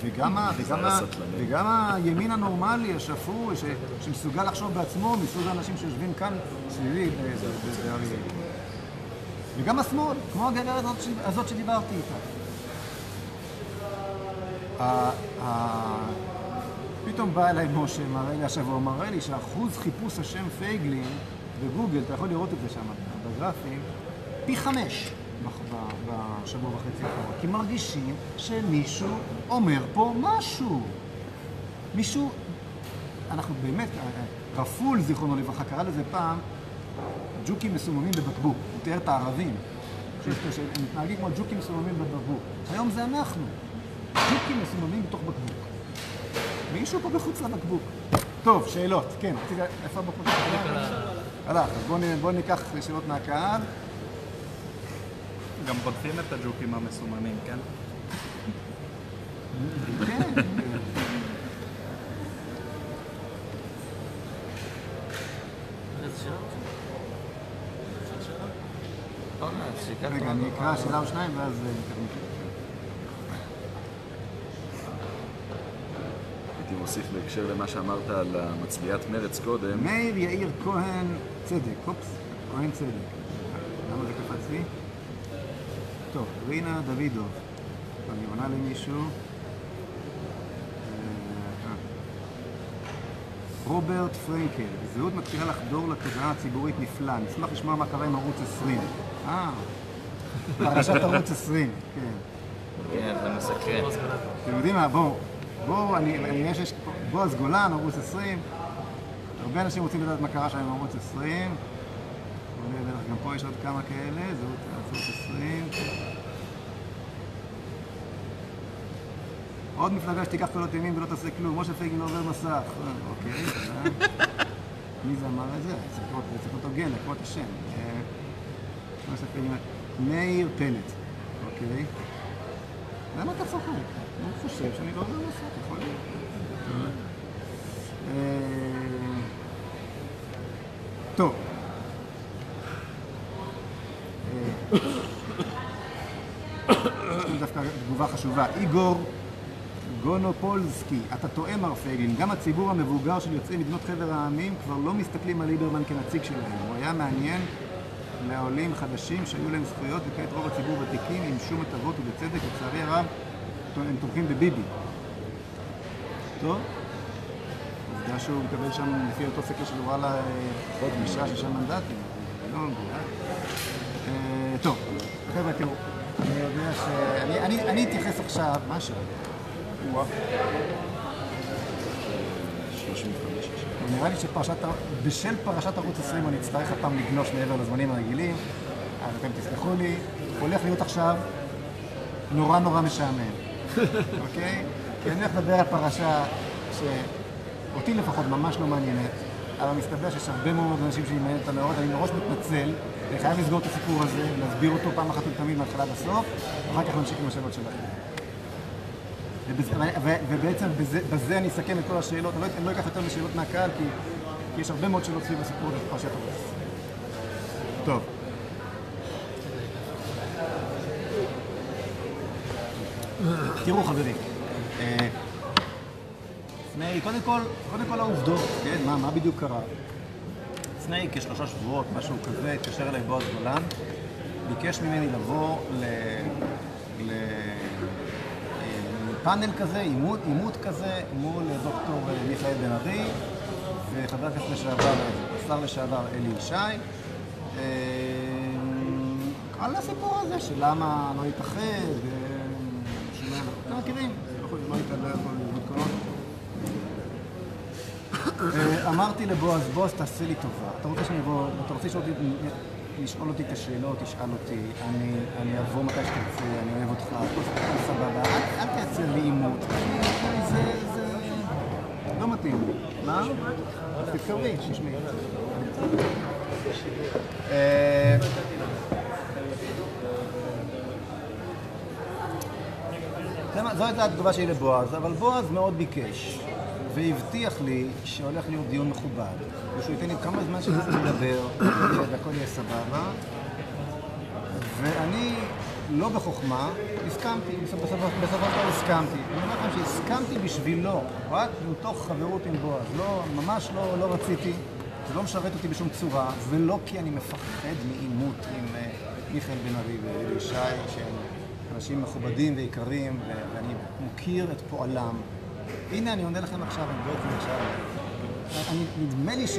וגם הימין הנורמלי, השפוי, שמסוגל לחשוב בעצמו, מסוג האנשים שיושבים כאן סביבי, באריאל. וגם השמאל, כמו הגררת הזאת שדיברתי איתה. פתאום בא אליי משה, מראה לי השבוע, מראה לי שאחוז חיפוש השם פייגלין בגוגל, אתה יכול לראות את זה שם בגרפים, פי 5 בשבוע וחצי האחרון, כי מרגישים שמישהו אומר פה משהו. מישהו, אנחנו באמת, רפול זיכרונו לברכה, קרא לזה פעם, ג'וקים מסוממים בבקבוק, הוא תיאר את הערבים, שהם מתנהגים כמו ג'וקים מסוממים בבקבוק. היום זה אנחנו, ג'וקים מסוממים בתוך בקבוק. מישהו פה בחוץ לבקבוק. טוב, שאלות, כן, איפה בחוץ? הלך, אז בואו ניקח שאלות מהקהל. גם בודקים את הג'וקים המסוממים, כן? כן. רגע, אני אקרא שאלה או שניים ואז הייתי מוסיף בהקשר למה שאמרת על מצביעת מרץ קודם. מאיר יאיר כהן צדק, כהן צדק. למה זה קפץ לי? טוב, רינה דוידוב. אני עונה למישהו. רוברט פרנקל, זהות מתחילה לחדור לתודעה הציבורית נפלא. נשמח לשמוע מה קרה עם ערוץ 20. פרשת ערוץ 20, כן. כן, זה מסקרן. אתם יודעים מה, בואו, בועז גולן, ערוץ 20. הרבה אנשים רוצים לדעת מה קרה שם עם ערוץ 20. גם פה יש עוד כמה כאלה, זהות ערוץ 20. עוד מפלגה שתיקח קולות ימין ולא תעשה כלום, משה פייגלין לא עובר מסך. אוקיי, תודה. מי זה אמר את זה? צריך להיות הוגן, לקרוא את השם. משה פייגלין, מאיר פלט. אוקיי. למה אתה צוחק? אני חושב שאני לא עובר מסך, יכול להיות. טוב. דווקא תגובה חשובה. איגור גונופולסקי, אתה טועה מר פייגלין, גם הציבור המבוגר של יוצאי מדינות חבר העמים כבר לא מסתכלים על ליברמן כנציג שלהם. הוא היה מעניין לעולים חדשים שהיו להם זכויות, וכעת רוב הציבור ותיקים עם שום הטבות ובצדק, לצערי הרב, הם תומכים בביבי. טוב? עובדה שהוא מקבל שם, לפי אותו סקר של וואלה, עוד 5-6 מנדטים. לא מדויק. טוב, חבר'ה, תראו, אני יודע אני אתייחס עכשיו, משהו. 35. נראה לי בשל פרשת ערוץ 20 אני אצטרך הפעם לגלוש מעבר לזמנים הרגילים, אז אתם תסלחו לי, הולך להיות עכשיו נורא משעמם, אוקיי? כי אני הולך לדבר על פרשה שאותי לפחות ממש לא מעניינת, אבל מסתבר שיש הרבה מאוד אנשים שמעניינת אותה מאוד, אני מראש מתנצל, אני חייב לסגור את הסיפור הזה, להסביר אותו פעם אחת ותמיד מההתחלה לסוף, ואחר כך נמשיך עם השאלות שלכם. ובעצם בזה אני אסכם את כל השאלות, אני לא אקח יותר משאלות מהקהל, כי יש הרבה מאוד שאלות סביב הסיפור הזה בפרשת ערוץ. טוב. תראו חברים, קודם כל העובדות, כן, מה בדיוק קרה? לפני כ3 שבועות, משהו כזה, התקשר אליי בועז גולן, ביקש ממני לבוא לפאנל כזה, עימות כזה, מול דוקטור מיכאל בן ארי וחבר הכנסת לשעבר, השר לשעבר אלי ישי, על הסיפור הזה של למה לא להתאחד, אתם מכירים, לא להתאחד, אמרתי לבועז, בועז תעשה לי טובה, אתה רוצה לשאול אותי את השאלות, תשאל אותי, אני אבוא מתי שתרצה, אני אוהב אותך, הכל סבבה, אל תייצר לי עימות, זה לא מתאים. מה? אז תתקרבי, שישמעי. זו הייתה התגובה שלי לבועז, אבל בועז מאוד ביקש והבטיח לי שהולך להיות דיון מכובד ושהוא ייתן לי כמה זמן שאני צריך לדבר והכל יהיה סבבה, ואני לא בחוכמה הסכמתי, בסופו של דבר הסכמתי. אני אומר לכם שהסכמתי בשבילו, רק מתוך חברות עם בועז, ממש לא רציתי, זה לא משרת אותי בשום צורה, ולא כי אני מפחד מעימות עם מיכאל בן ארי ואלי ישי, שהם אנשים מכובדים ויקרים, ואני מוקיר את פועלם. הנה אני עונה לכם עכשיו, אני לא יודע עכשיו. נדמה לי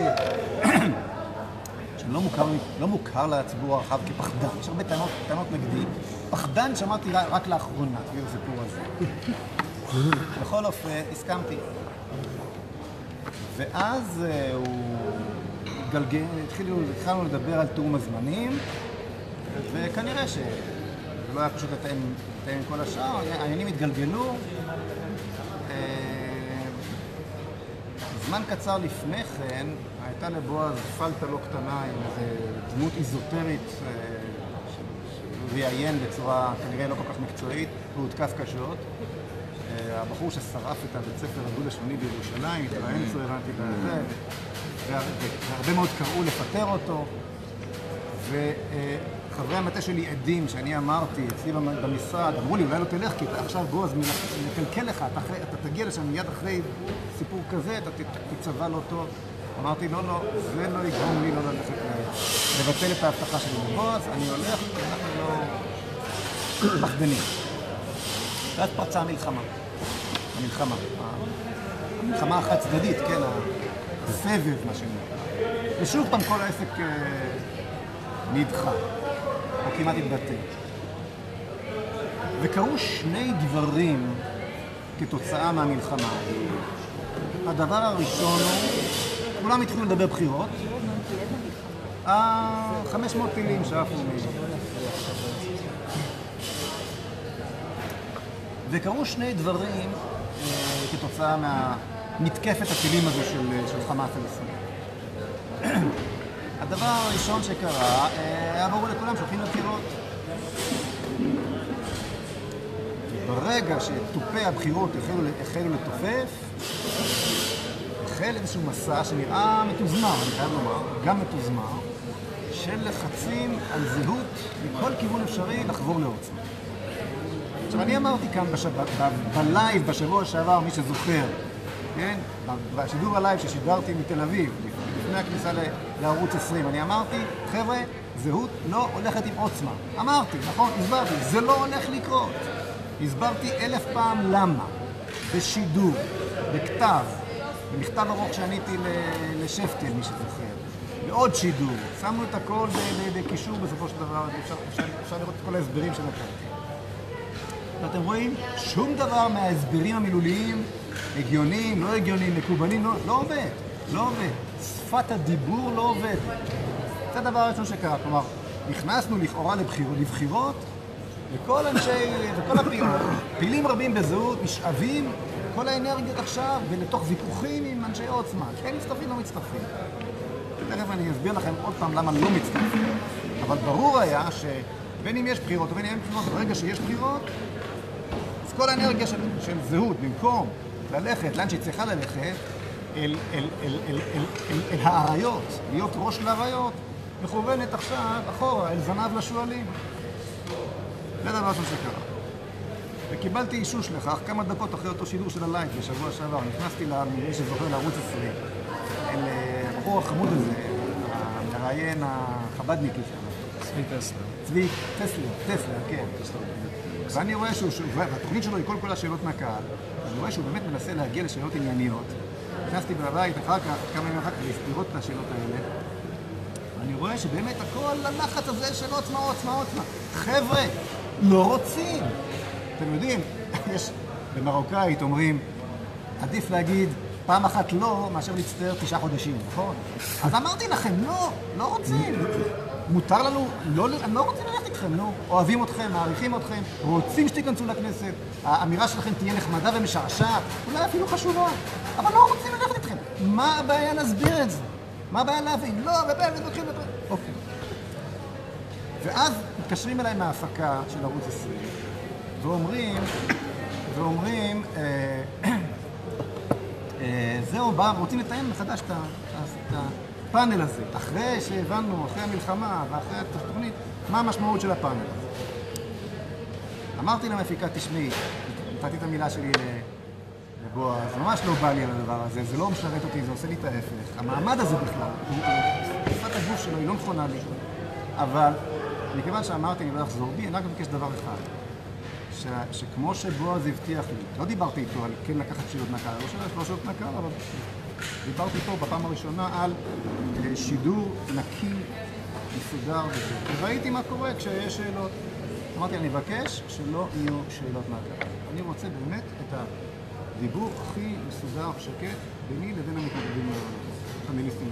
שלא מוכר לציבור הרחב כפחדן. יש הרבה טענות נגדי. פחדן שמעתי רק לאחרונה, תביאו הסיפור הזה. בכל אופן, הסכמתי. ואז התחלנו לדבר על תאום הזמנים, וכנראה שזה לא היה פשוט לתאם עם כל השאר, העניינים התגלגלו. זמן קצר לפני כן הייתה לבועז פלטה לא קטנה עם איזו דמות איזוטרית ראיין בצורה כנראה לא כל כך מקצועית, הוא הותקף קשות. הבחור ששרף את הבית ספר הדו-לשוני בירושלים, התראיין אצלו, הבנתי בזה, והרבה מאוד קראו לפטר אותו, וחברי המטה שלי עדים שאני אמרתי אצלי במשרד, אמרו לי, אולי לא תלך, כי אתה עכשיו בועז מקלקל לך, אתה תגיע לשם מיד אחרי סיפור כזה, אתה תצבע לא טוב. אמרתי, לא, זה לא יגרום לי לא ללכת לבטל את ההבטחה שלי לבועז, אני הולך, כי אנחנו לא פחדנים. ואז פרצה המלחמה. המלחמה החד צדדית, כן, הסבב, מה שנקרא. ושוב פעם כל העסק נדחה, או כמעט התבטל. וקרו 2 דברים כתוצאה מהמלחמה. הדבר הראשון הוא, כולם התחילו לדבר בחירות, 500 טילים שעפו וקרו 2 דברים כתוצאה מהמתקפת הטילים הזו של חמאס על ישראל. הדבר הראשון שקרה, היה ברור לכולם שהולכים לבחירות. ברגע שתופי הבחירות החלו לתופף, החל איזשהו מסע שנראה מתוזמר, אני חייב לומר, גם מתוזמר, של לחצים על זהות מכל כיוון אפשרי לחבור לעוצמה. עכשיו, אני אמרתי כאן בלייב בשבוע שעבר, מי שזוכר, כן? בשידור הלייב ששידרתי מתל אביב, לפני הכניסה לערוץ 20, אני אמרתי, חבר'ה, זהות לא הולכת עם עוצמה. אמרתי, נכון? הסברתי, זה לא הולך לקרות. הסברתי 1000 פעם למה. בשידור, בכתב, במכתב ארוך שעניתי לשפטל, מי שזוכר. בעוד שידור, שמנו את הכל בקישור בסופו של דבר, אפשר לראות את כל ההסברים שנתתי. ואתם רואים, שום דבר מההסברים המילוליים, הגיוניים, לא הגיוניים, מקובלים, לא עובד. שפת הדיבור לא עובד. זה הדבר הראשון שקרה, כלומר, נכנסנו לכאורה לבחירות, וכל פעילים רבים בזהות, משאבים, כל האנרגיות עכשיו, ולתוך ויכוחים עם אנשי עוצמה. כן מצטרפים, לא מצטרפים. תכף אני אסביר לכם עוד פעם למה לא מצטרפים. אבל ברור היה שבין אם יש בחירות ובין אם אין בחירות, ברגע שיש בחירות, אז כל האנרגיה של זהות, במקום ללכת לאן שהיא צריכה ללכת, אל האריות, להיות ראש לאריות, מכוונת עכשיו אחורה אל זנב לשועלים. זה דבר ראשון שקרה. וקיבלתי אישוש לכך כמה דקות אחרי אותו שידור של הלייב בשבוע שעבר. נכנסתי למי שזוכר לערוץ 20, אל הבחור החמוד הזה, המראיין החבדניקי שם. צבי טסלר. צבי טסלר, כן. ואני רואה והתוכנית שלו היא כל השאלות מהקהל. אני רואה שהוא באמת מנסה להגיע לשאלות ענייניות. נכנסתי בבית אחר כך, כמה ימים אחר כך, לראות את השאלות האלה. ואני רואה שבאמת הכל הלחץ הזה של עוצמה. חבר'ה, לא רוצים. אתם יודעים, יש במרוקאית אומרים, עדיף להגיד פעם אחת לא, מאשר להצטער 9 חודשים, נכון? אז אמרתי לכם, לא רוצים. מותר לנו, לא רוצים ללכת איתכם, נו. אוהבים אתכם, מעריכים אתכם, רוצים שתיכנסו לכנסת, האמירה שלכם תהיה נחמדה ומשעשעת, אולי אפילו חשובה, אבל לא רוצים ללכת איתכם. מה הבעיה להסביר את זה? מה הבעיה להבין? לא, בבעיה מתווכחים לפה. אוקיי. ואז מתקשרים אליי מההפקה של ערוץ 20, ואומרים, זהו, רוצים לתאם מחדש את הפאנל הזה, אחרי שהבנו, אחרי המלחמה ואחרי התוכנית, מה המשמעות של הפאנל הזה. אמרתי למפיקה, תשמעי, נתתי את המילה שלי לבועז, זה ממש לא בא לי על הדבר הזה, זה לא משרת אותי, זה עושה לי את ההפך. המעמד הזה בכלל, שפת הגוף שלו היא לא נכונה לי, אבל מכיוון שאמרתי, אני לא אחזור בי, אני רק מבקש דבר אחד. שכמו שבועז הבטיח לי, לא דיברתי איתו על כן לקחת שאלות מהקהל, לא שאלות מהקהל, אבל דיברתי איתו בפעם הראשונה על שידור נקי, מסודר וזה. וראיתי מה קורה כשיש שאלות. אמרתי, אני מבקש שלא יהיו שאלות מהקהל. אני רוצה באמת את הדיבור הכי מסודר, שקט, ביני לבין המתמודדים הפאנליסטים.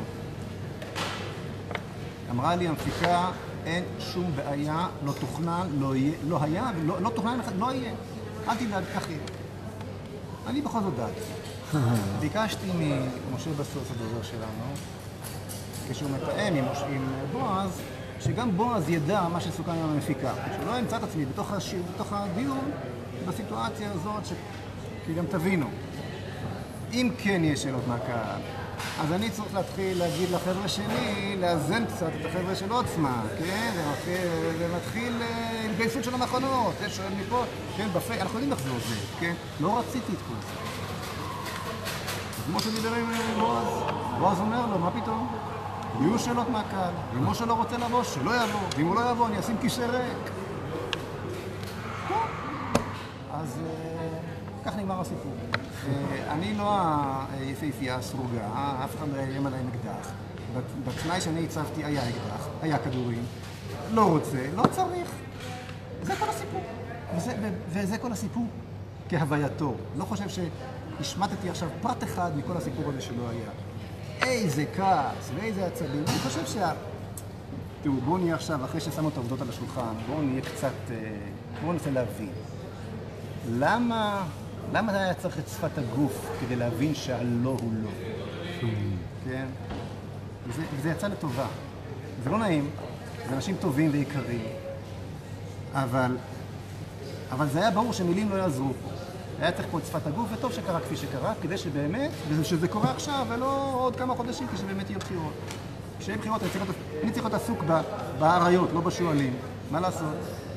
אמרה לי המפיקה, אין שום בעיה, לא תוכנן, לא היה, לא תוכנן, לא יהיה. אל תדאג, כך יהיה. אני בכל זאת דאגתי. ביקשתי ממשה בסוף, הדובר שלנו, כשהוא מתאם עם בועז, שגם בועז ידע מה שסוכם עם המפיקה. שלא אמצא את עצמי בתוך הדיון, בסיטואציה הזאת, כי גם תבינו. אם כן יש שאלות מהקהל, אז אני צריך להתחיל להגיד לחבר'ה שלי, לאזן קצת את החבר'ה של עוצמה, כן? זה מתחיל התגייסות של המכונות, זה שואל מפה, כן? אנחנו יודעים לחזור את זה, כן? לא רציתי את כל זה. כמו שדיבר עם בועז אומר לו, מה פתאום? יהיו שאלות מהקהל, אם משה לא רוצה לבוא, שלא יבוא, ואם הוא לא יבוא, אני אשים כיסא ריק. טוב, אז כך נגמר הסיפור. אני לא היפהפייה הסרוגה, אף אחד לא יאיים עליי עם אקדח. בתנאי שאני הצבתי היה אקדח, היה כדורים. לא רוצה, לא צריך. זה כל הסיפור. וזה כל הסיפור כהווייתו. לא חושב שהשמטתי עכשיו פרט אחד מכל הסיפור הזה שלא היה. איזה כעס ואיזה עצבים. אני חושב תראו, בואו נהיה עכשיו, אחרי ששמו את העובדות על השולחן, בואו נהיה קצת, בואו ננסה להבין. למה היה צריך את שפת הגוף כדי להבין שהלא הוא לא? כן? וזה יצא לטובה. זה לא נעים, זה אנשים טובים ויקרים. אבל זה היה ברור שמילים לא יעזרו פה. היה צריך פה את שפת הגוף, וטוב שקרה כפי שקרה, כדי שבאמת, שזה קורה עכשיו, ולא עוד כמה חודשים, כשבאמת יהיו בחירות. כשיהיה בחירות, אני צריך להיות עסוק בעריות, לא בשואלים. מה לעשות?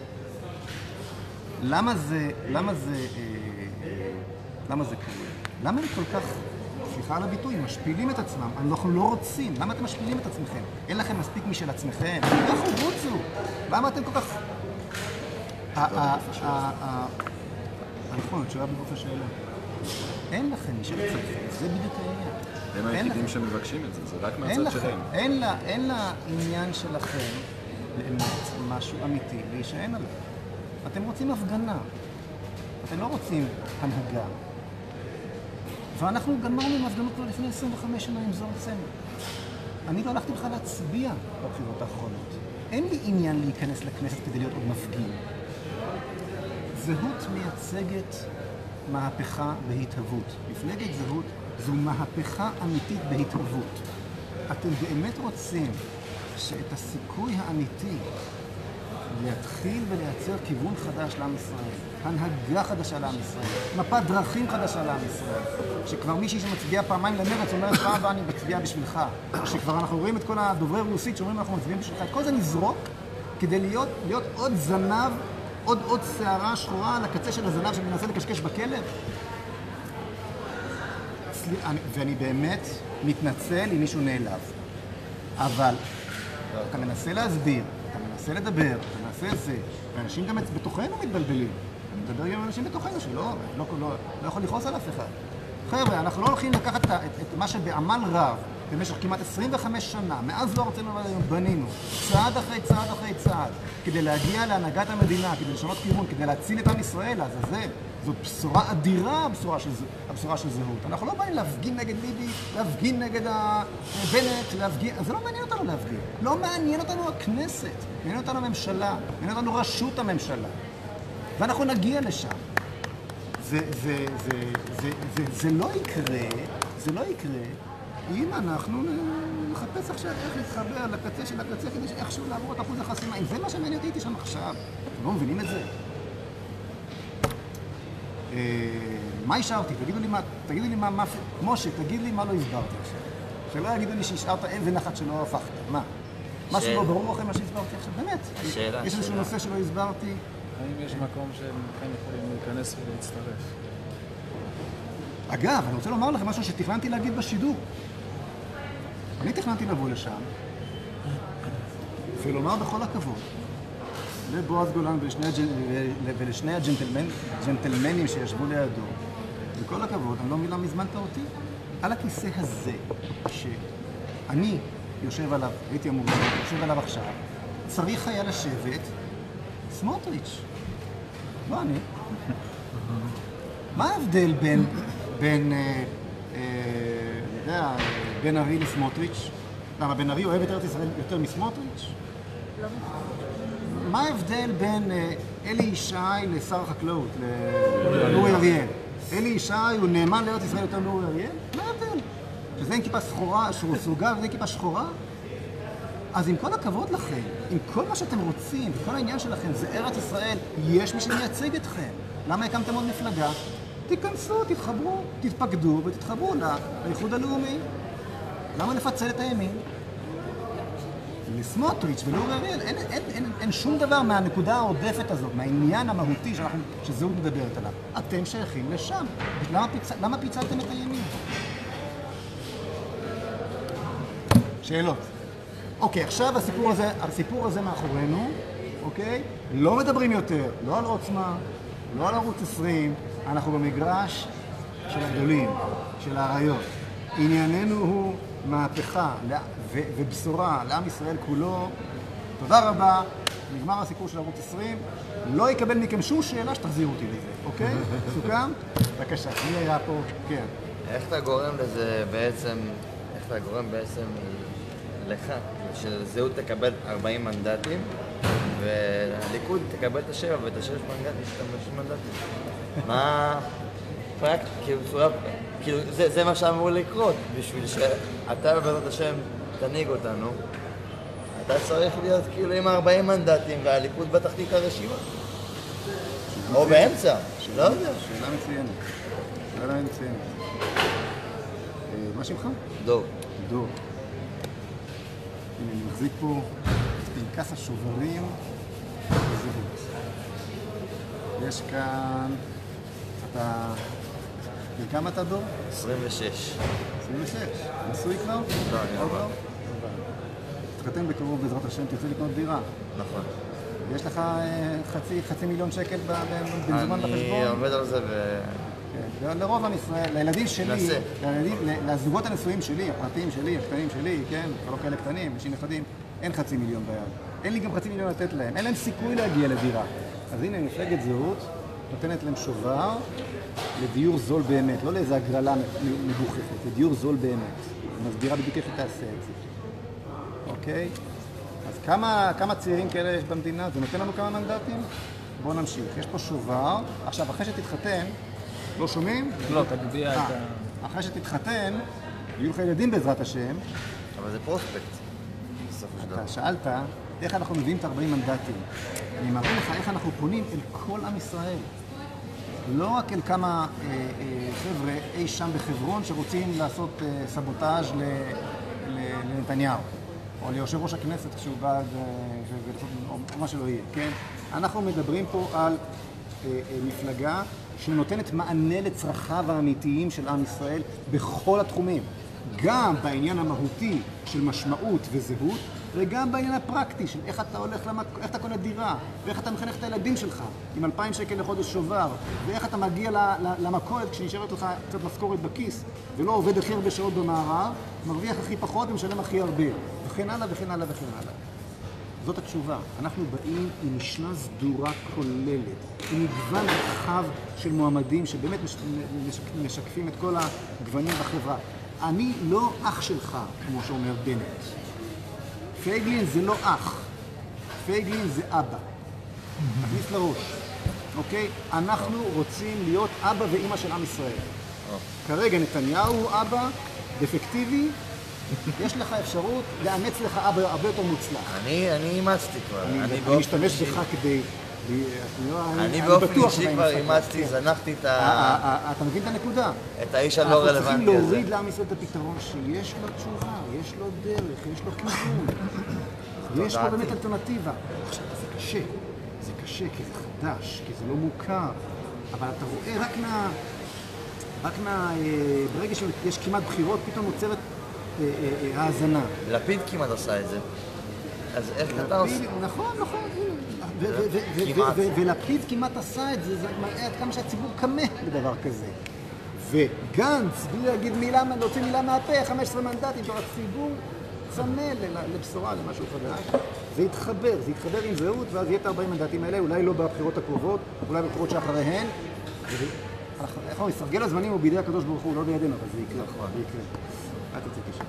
למה זה קורה? למה הם כל כך, סליחה על הביטוי, משפילים את עצמם? אנחנו לא רוצים. למה אתם משפילים את עצמכם? אין לכם מספיק משל עצמכם. אנחנו רוצו. למה אתם כל כך... נכון, תשובה בגוף השאלה. אין לכם משל עצמכם. זה בדיוק העניין. הם היחידים שמבקשים את זה, זה רק מהצד שלהם. אין לעניין שלכם באמת משהו אמיתי להישען עליו. אתם רוצים הפגנה. אתם לא רוצים הנהגה. ואנחנו גמרנו עם הפגנות כבר לפני 25 שנה עם זוהר צמר. אני לא הלכתי בכלל להצביע בבחירות האחרונות. אין לי עניין להיכנס לכנסת כדי להיות עוד מפגין. זהות מייצגת מהפכה בהתהוות. מפלגת זהות זו מהפכה אמיתית בהתהוות. אתם באמת רוצים שאת הסיכוי האמיתי להתחיל ולייצר כיוון חדש לעם ישראל, הנהגה חדשה לעם ישראל, מפת דרכים חדשה לעם ישראל, שכבר מישהי שמצביע פעמיים למרץ אומרת פעם הבאה אני מצביע בשבילך, שכבר אנחנו רואים את כל הדוברי רוסית שאומרים אנחנו מצביעים בשבילך, את כל זה נזרוק כדי להיות עוד זנב, עוד שערה שחורה על הקצה של הזנב שמנסה לקשקש בכלב. ואני באמת מתנצל אם מישהו נעלב, אבל אתה מנסה להסביר, אתה מנסה לדבר, אתה מנסה את זה, ואנשים גם בתוכנו מתבלבלים. אני מדבר גם עם אנשים בתוכנו שלא יכול לכעוס על אף אחד. חבר'ה, אנחנו לא הולכים לקחת את מה שבעמל רב, במשך כמעט 25 שנה, מאז לא רצינו היום בנינו, צעד אחרי צעד אחרי צעד, כדי להגיע להנהגת המדינה, כדי לשנות כיוון, כדי להציל את עם ישראל, לעזאזל. זאת בשורה אדירה, הבשורה של זהות. אנחנו לא באים להפגין נגד ביבי, להפגין נגד בנט, להפגין... זה לא מעניין אותנו להפגין. לא מעניין אותנו הכנסת, מעניין אותנו הממשלה, מעניין אותנו רשות הממשלה. ואנחנו נגיע לשם. זה לא יקרה, אם אנחנו נחפש עכשיו איך להתחבר לקצה של הקצה כדי שאיכשהו לעבור את אחוז החסימה. אם זה מה שמעניין אותי שם עכשיו, אתם לא מבינים את זה? מה השארתי? תגידו לי מה, משה, תגיד לי מה לא הסברתי עכשיו. שלא יגידו לי שהשארת איזה נחת שלא הפכת. מה? משהו לא ברור לכם מה שהסברתי עכשיו? באמת. יש איזשהו נושא שלא הסברתי? האם יש מקום שהם יכולים להיכנס ולהצטרף? אגב, אני רוצה לומר לכם משהו שתכננתי להגיד בשידור. אני תכננתי לבוא לשם ולומר בכל הכבוד לבועז גולן ולשני הג'נטלמנים שישבו לידו, בכל הכבוד, אני לא מבין למה הזמנת אותי, על הכיסא הזה שאני יושב עליו, הייתי אמור יושב עליו עכשיו, צריך היה לשבת סמוטריץ', לא אני. מה ההבדל בין ארי לסמוטריץ'? למה, בן ארי אוהב את ארץ ישראל יותר מסמוטריץ'? לא. מה ההבדל בין אלי ישי לשר החקלאות, לאורי אריאל? אלי ישי הוא נאמן לארץ ישראל יותר מאורי אריאל? מה ההבדל? שזה עם כיפה סחורה, שהוא סוגה וזה כיפה שחורה? אז עם כל הכבוד לכם, עם כל מה שאתם רוצים, כל העניין שלכם זה ארץ ישראל, יש מי שמייצג אתכם. למה הקמתם עוד מפלגה? תיכנסו, תתחברו, תתפקדו ותתחברו לאיחוד הלאומי. למה לפצל את הימין? לסמוטריץ' ולאורי אריאל אין שום דבר מהנקודה העודפת הזאת, מהעניין המהותי שזהות מדברת עליו. אתם שייכים לשם. למה פיצלתם את הימין? שאלות. אוקיי, עכשיו הסיפור הזה מאחורינו, אוקיי? לא מדברים יותר, לא על עוצמה, לא על ערוץ 20, אנחנו במגרש של הגדולים, של האריות. ענייננו הוא מהפכה ובשורה לעם ישראל כולו. תודה רבה, נגמר הסיפור של ערוץ 20, לא יקבל מכם שום שאלה שתחזירו אותי לזה, אוקיי? סוכם? בבקשה, מי היה פה? כן. איך אתה גורם לזה בעצם, לך, שזהות תקבל 40 מנדטים, והליכוד תקבל את השבע ואת השש מנדטים. מה... כאילו, זה מה שאמור לקרות, בשביל שאתה בעזרת השם תנהיג אותנו, אתה צריך להיות כאילו עם 40 מנדטים והליכוד בתחתית הרשימה. או באמצע, לא יודע. שאלה מצוינת. מה שמך? דור. דור. אני מחזיק פה את פנקס השוברים בזהות. יש כאן... אתה... כמה אתה דור? 26. 26. נשוי כבר? לא, אני עבר. תתחתן בקרוב בעזרת השם, תרצה לקנות דירה. נכון. יש לך חצי מיליון שקל במזומן בחשבון? אני עומד על זה לרוב עם ישראל, לילדים שלי, לזוגות הנשואים שלי, הפרטיים שלי, הקטנים שלי, כן, לא כאלה קטנים, אנשים נכדים, אין חצי מיליון ביד. אין לי גם חצי מיליון לתת להם, אין להם סיכוי להגיע לדירה. אז הנה, מפלגת זהות נותנת להם שובר לדיור זול באמת, לא לאיזו הגרלה מגוחכת, לדיור זול באמת. מסבירה בדיוק איך היא תעשה את זה. אוקיי? אז כמה צעירים כאלה יש במדינה? זה נותן לנו כמה מנדטים? בואו נמשיך. יש פה שובר. עכשיו, אחרי שתתחתן, לא שומעים? לא, תגביה את ה... אחרי שתתחתן, יהיו לך ילדים בעזרת השם. אבל זה פרוספקט. אתה שאלת איך אנחנו מביאים את 40 מנדטים. אני מראה לך איך אנחנו פונים אל כל עם ישראל. לא רק אל כמה חבר'ה אי שם בחברון שרוצים לעשות סבוטאז' לנתניהו, או ליושב ראש הכנסת כשהוא בא או מה שלא יהיה, כן? אנחנו מדברים פה על מפלגה שנותנת מענה לצרכיו האמיתיים של עם ישראל בכל התחומים. גם בעניין המהותי של משמעות וזהות, וגם בעניין הפרקטי של איך אתה הולך, איך אתה קונה דירה, ואיך אתה מחנך את הילדים שלך עם 2,000 שקל לחודש שובר, ואיך אתה מגיע למכולת כשנשארת לך קצת משכורת בכיס, ולא עובד הכי הרבה שעות במערב, מרוויח הכי פחות ומשלם הכי הרבה, וכן הלאה וכן הלאה וכן הלאה. זאת התשובה. אנחנו באים עם משנה סדורה כוללת, עם מגוון רחב של מועמדים שבאמת משקפים את כל הגוונים בחברה. אני לא אח שלך, כמו שאומר בנט. פייגלין זה לא אח, פייגלין זה אבא. תכניס לראש, אוקיי? אנחנו רוצים להיות אבא ואמא של עם ישראל. כרגע נתניהו הוא אבא, דפקטיבי, יש לך אפשרות לאמץ לך אבא הרבה יותר מוצלח. אני אימצתי כבר. אני משתמש בך כדי... אני באופן אישי כבר אימצתי, זנחתי את אתה מבין את הנקודה? את האיש הלא רלוונטי הזה. אנחנו צריכים להוריד לעם ישראל את הפתרון שיש לו תשובה, יש לו דרך, יש לו כיוון. יש פה באמת אלטרנטיבה. עכשיו, זה קשה כי זה חדש, כי זה לא מוכר, אבל אתה רואה רק ברגע שיש כמעט בחירות, פתאום נוצרת האזנה. לפיד כמעט עשה את זה. אז איך אתה עושה? נכון. ולפיד כמעט עשה את זה, זה מראה עד כמה שהציבור קמה לדבר כזה. וגנץ, בלי להגיד מילה, להוציא מילה מהפה, 15 מנדטים, הציבור צמא לבשורה, למשהו חדש. זה יתחבר עם זהות, ואז יהיה את 40 מנדטים האלה, אולי לא בבחירות הקרובות, אולי בבחירות שאחריהן. איך אומרים, סרגל הזמנים הוא בידי הקדוש ברוך הוא, לא בידינו, אבל זה יקרה. זה יקרה. אל תצא תשאר,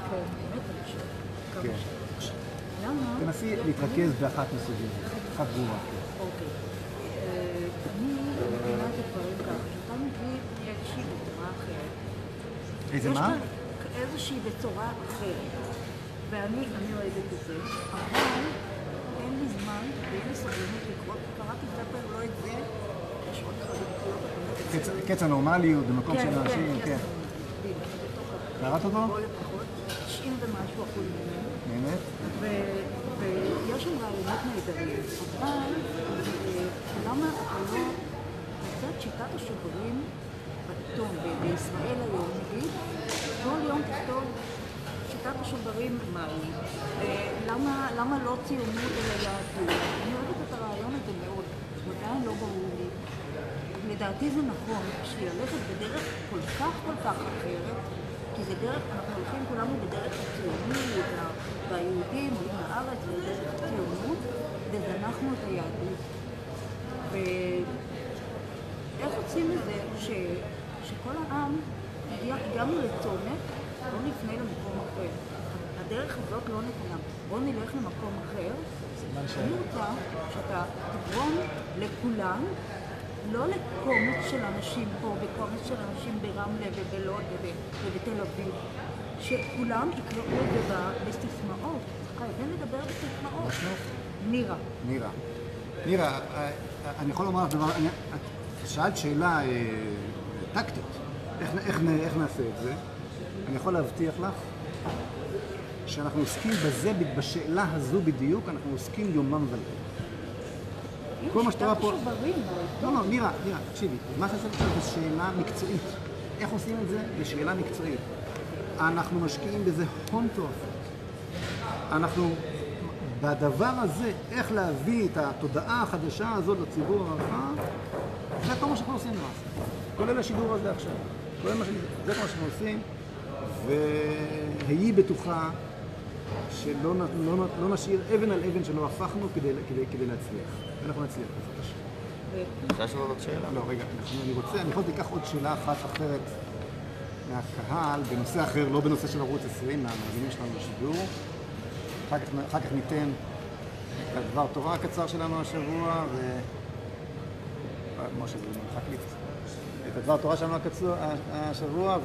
כן. תנסי להתרכז באחת מסוגים, אחת ברורה. אוקיי. אני מבינה את הדברים כך, שאתה מביא איזושהי בצורה אחרת. איזה מה? איזושהי בצורה אחרת. ואני אוהבת את זה, אבל אין לי זמן ואין לי סבלנות לקרוא, קראתי ספר לא את זה, יש עוד חלק. קץ הנורמליות במקום של אנשים, כן. קראת אותו? לא לפחות, 90 ומשהו אחוז ממנו. באמת? ויש שם רעיונות נהדרים, אבל למה לא קצת שיטת השוברים בעיתון בישראל היום, נגיד, כל יום תכתוב שיטת השוברים מהי, למה לא ציונות אלא יהדות? אני אוהבת את הרעיון הזה מאוד, הוא עדיין לא ברור לי. לדעתי זה נכון, בשביל ללכת בדרך כל כך אחרת, כי זה דרך, אנחנו הולכים כולנו בדרך הציונות, והיהודים עולים לארץ בדרך הציונות, וזנחנו את היהדות. ואיך עושים את זה שכל העם יגיע, הגענו לצומת, בואו נפנה למקום אחר. הדרך הזאת לא נכונה. בואו נלך למקום אחר. אני רוצה שאתה תגרום לכולם, לא לקומץ של אנשים פה, וקומץ של אנשים ברמלה ובלוד ובתל אביב, שכולם יקראו את זה בסיסמאות. חייבים לדבר בסיסמאות. נירה, אני יכול לומר לך דבר, שאלת שאלה טקטית, איך נעשה את זה? אני יכול להבטיח לך שאנחנו עוסקים בזה, בשאלה הזו בדיוק, אנחנו עוסקים יומם ולילה. כל מה שאתה רואה פה... לא, נירה, תקשיבי, מה שעשיתי עכשיו זה שאלה מקצועית. איך עושים את זה? בשאלה מקצועית. אנחנו משקיעים בזה הון תועפות. אנחנו, בדבר הזה, איך להביא את התודעה החדשה הזאת לציבור הרחב, זה כל מה שאנחנו עושים למעשה. כולל השידור הזה עכשיו. זה כל מה שאנחנו עושים, והיא בטוחה שלא נשאיר אבן על אבן שלא הפכנו כדי להצליח. ואנחנו נצליח, בעזרת השם. אפשר לשאול עוד שאלה? לא, רגע, אני יכול לקח עוד שאלה אחת אחרת מהקהל, בנושא אחר, לא בנושא של ערוץ 20, מהמאזינים שלנו בשידור. אחר כך ניתן את הדבר תורה הקצר שלנו השבוע, משה, זה מרחק לי את הדבר תורה שלנו השבוע,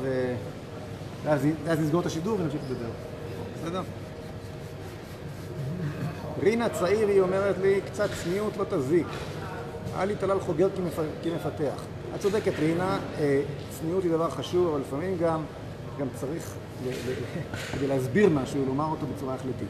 ואז נסגור את השידור ונמשיך לדבר. בסדר? רינה צעיר, היא אומרת לי, קצת צניעות לא תזיק. אל יתהלל חוגר כמפתח. את צודקת, רינה, צניעות היא דבר חשוב, אבל לפעמים גם צריך כדי להסביר משהו, לומר אותו בצורה החלטית.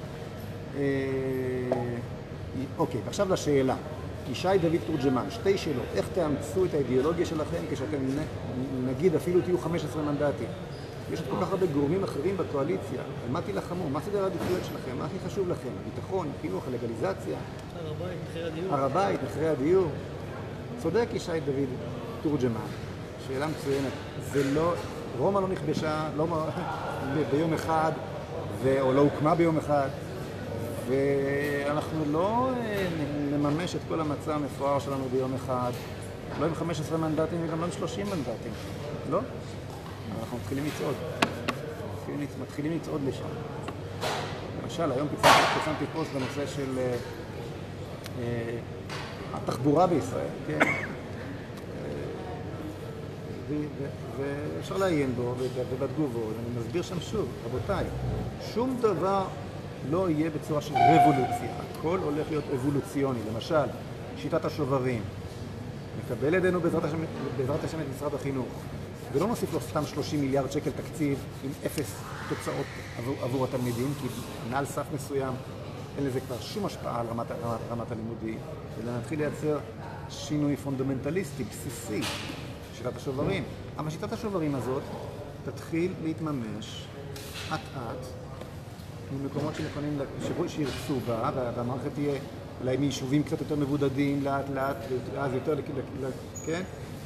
אוקיי, עכשיו לשאלה. ישי דוד תורג'מן, שתי שאלות. איך תאמצו את האידיאולוגיה שלכם כשאתם נגיד אפילו תהיו 15 מנדטים? יש עוד כל כך הרבה גורמים אחרים בקואליציה. על מה תילחמו? מה סדר העדיפויות שלכם? מה הכי חשוב לכם? ביטחון, חינוך, לגליזציה? הר הבית, מחירי הדיור. צודק ישי דוד תורג'מן. שאלה מצוינת. זה לא... רומא לא נכבשה ביום אחד, או לא הוקמה ביום אחד, ואנחנו לא נממש את כל המצע המפואר שלנו ביום אחד, לא עם 15 מנדטים וגם לא עם 30 מנדטים. לא? אנחנו מתחילים לצעוד. מתחילים לצעוד לשם. למשל, היום פרסמתי פוסט בנושא של התחבורה בישראל, כן? ואפשר לעיין בו ובתגובות, אני מסביר שם שוב, רבותיי, שום דבר לא יהיה בצורה של רבולוציה, הכל הולך להיות אבולוציוני. למשל, שיטת השוברים, נקבל ידינו בעזרת השם את משרד החינוך, ולא נוסיף לו סתם 30 מיליארד שקל תקציב עם אפס תוצאות עבור התלמידים, כי מעל סף מסוים אין לזה כבר שום השפעה על רמת הלימודים, אלא נתחיל לייצר שינוי פונדמנטליסטי, בסיסי, שיטת השוברים. אבל שיטת השוברים הזאת תתחיל להתממש אט-אט ממקומות שירצו בה, והמערכת תהיה אולי מיישובים קצת יותר מבודדים, לאט-לאט, ואז יותר, כן?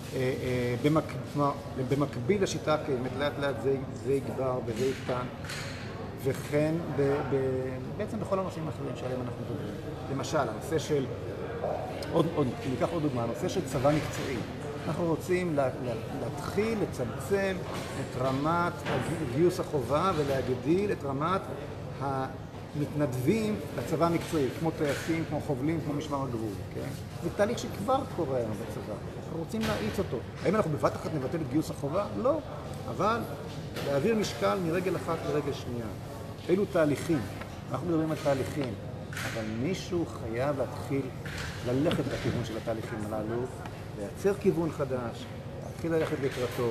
במקביל לשיטה הקיימת, לאט-לאט זה יגבר וזה יקטן, וכן בעצם בכל הנושאים האחרים שעליהם אנחנו מדברים. למשל, הנושא של, ניקח עוד דוגמה, הנושא של צבא מקצועי. אנחנו רוצים להתחיל לצמצם את רמת גיוס החובה ולהגדיל את רמת המתנדבים לצבא המקצועי, כמו טייסים, כמו חובלים, כמו משמר הגבול, כן? זה תהליך שכבר קורה היום בצבא. אנחנו רוצים להאיץ אותו. האם אנחנו בבת אחת נבטל את גיוס החובה? לא. אבל להעביר משקל מרגל אחת לרגל שנייה. אלו תהליכים. אנחנו מדברים על תהליכים. אבל מישהו חייב להתחיל ללכת בכיוון של התהליכים הללו, לייצר כיוון חדש, להתחיל ללכת לקראתו.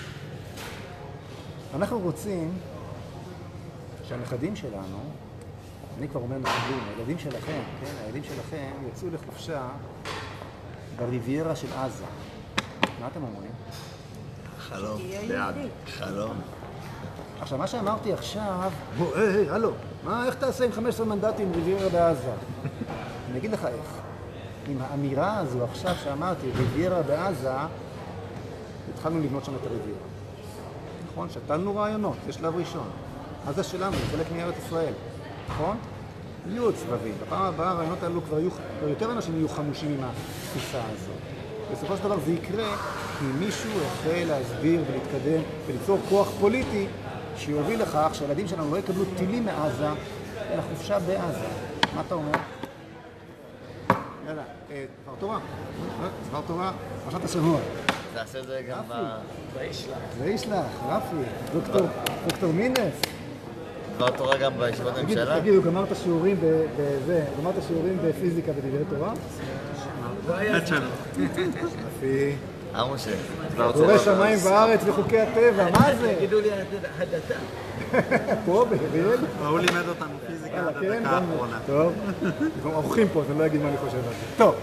אנחנו רוצים שהנכדים שלנו, אני כבר אומר נכדים, הילדים שלכם, כן, הילדים שלכם יצאו לחופשה בריביירה של עזה. מה אתם אומרים? חלום. בעד. חלום. עכשיו, מה שאמרתי עכשיו, הלו, איך תעשה עם 15 מנדטים ריביירה בעזה? אני אגיד לך איך. עם האמירה הזו עכשיו שאמרתי, ריביירה בעזה, התחלנו לבנות שם את הריביירה. נכון? שתלנו רעיונות, זה שלב ראשון. עזה שלנו, זה חלק מארץ ישראל. נכון? יהיו עוד סבבים. בפעם הבאה הרעיונות האלו כבר יותר אנשים יהיו חמושים עם התפיסה הזו. בסופו של דבר זה יקרה כי מישהו החל להסביר ולהתקדם וליצור כוח פוליטי שיוביל לכך שהילדים שלנו לא יקבלו טילים מעזה, אלא חופשה בעזה. מה אתה אומר? יאללה, דבר תורה. דבר תורה, פרשת השבוע. תעשה את זה גם וישלח, רפי, דוקטור מינס. דבר תורה גם בישיבות הממשלה? תגידו, גמרת שיעורים בפיזיקה ודברי תורה? עד שלא. רפי. משה. בורא שמיים וארץ וחוקי הטבע, מה זה? תגידו לי הדתה. פה, בהריאל? ראול לימד אותנו פיזיקה עד הדקה האחרונה. טוב, אנחנו עורכים פה, אז אני לא אגיד מה אני חושב על זה. טוב,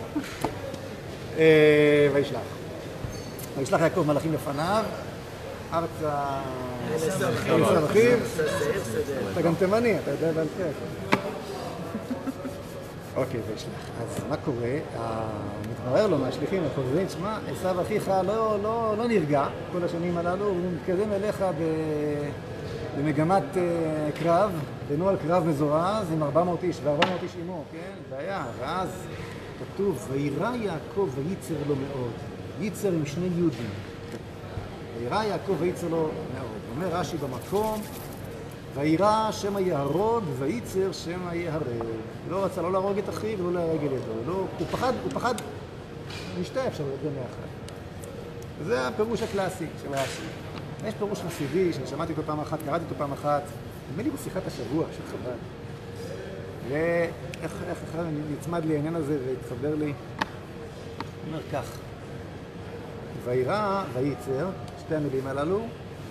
וישלח. וישלח יעקב מלאכים לפניו, ארצה... אחיו. אתה גם תימני, אתה יודע בעל פה. אוקיי, וישלח. אז מה קורה? מתברר לו מהשליחים, החוזרים, שמע, עשיו אחיך לא נרגע כל השנים הללו, הוא מתקדם אליך במגמת קרב, בנוהל קרב מזורז עם 400 איש, ו-400 איש עמו, כן? ואז כתוב, וירא יעקב וייצר לו מאוד. ייצר עם שני יהודים. וירא יעקב וייצר לו מאוד. אומר רש"י במקום, וירא שמא יהרוג וייצר שמא יהרג. לא רצה לא להרוג את אחיו ולא להרג את ידו. הוא פחד משתי אפשרויות גם יחד. זה הפירוש הקלאסי של רש"י. יש פירוש חסידי ששמעתי אותו פעם אחת, קראתי אותו פעם אחת, נדמה לי בשיחת השבוע של חב"ד. ואיך נצמד לי העניין הזה והתחבר לי, הוא אומר כך, וירא וייצר, שתי המילים הללו,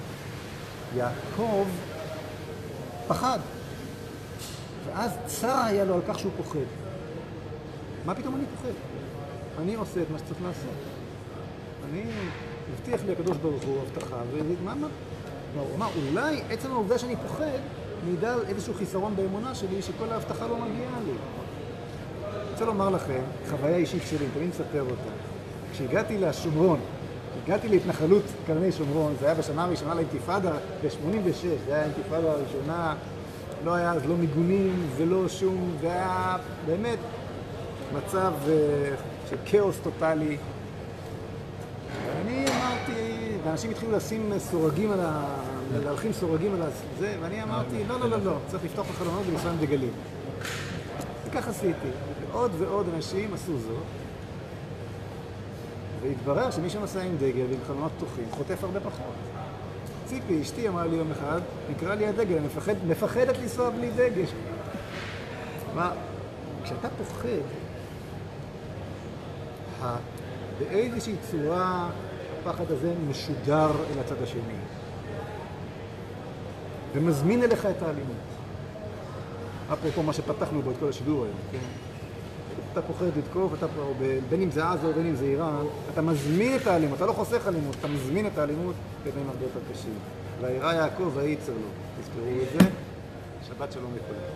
יעקב פחד, ואז צער היה לו על כך שהוא פוחד. מה פתאום אני פוחד? אני עושה את מה שצריך לעשות. אני מבטיח לי הקדוש ברוך הוא הבטחה, ומה? הוא אמר, אולי עצם העובדה שאני פוחד, מעידה על איזשהו חיסרון באמונה שלי, שכל ההבטחה לא מגיעה לי. אני רוצה לומר לכם, חוויה אישית שלי, תמיד מספר אותה. כשהגעתי לשומרון, הגעתי להתנחלות קרני שומרון, זה היה בשנה הראשונה לאינתיפאדה, ב-86, זה היה האינתיפאדה הראשונה, לא היה אז לא מיגונים ולא שום, זה היה באמת מצב של כאוס טוטלי. ואני אמרתי, ואנשים התחילו לשים סורגים על להלכים סורגים על זה, ואני אמרתי, לא, צריך לפתוח את החלונות ולנסוע עם דגלים. וכך עשיתי. ועוד ועוד אנשים עשו זאת, והתברר שמי שנוסע עם דגל ועם חלונות פתוחים חוטף הרבה פחות. ציפי, אשתי, אמרה לי יום אחד, נקרא לי הדגל, אני מפחדת לנסוע בלי דגל. מה, כשאתה פוחד, באיזושהי צורה הפחד הזה משודר אל הצד השני. ומזמין אליך את האלימות. אפרופו מה שפתחנו בו את כל השידור היום, כן? אתה פוחד לתקוף, בין אם זה עזה או בין אם זה איראן, אתה מזמין את האלימות, אתה לא חוסך אלימות, אתה מזמין את האלימות בתנאים הרבה יותר קשים. וירא יעקב וייצר לו. תזכרו את זה. שבת שלום לכולם.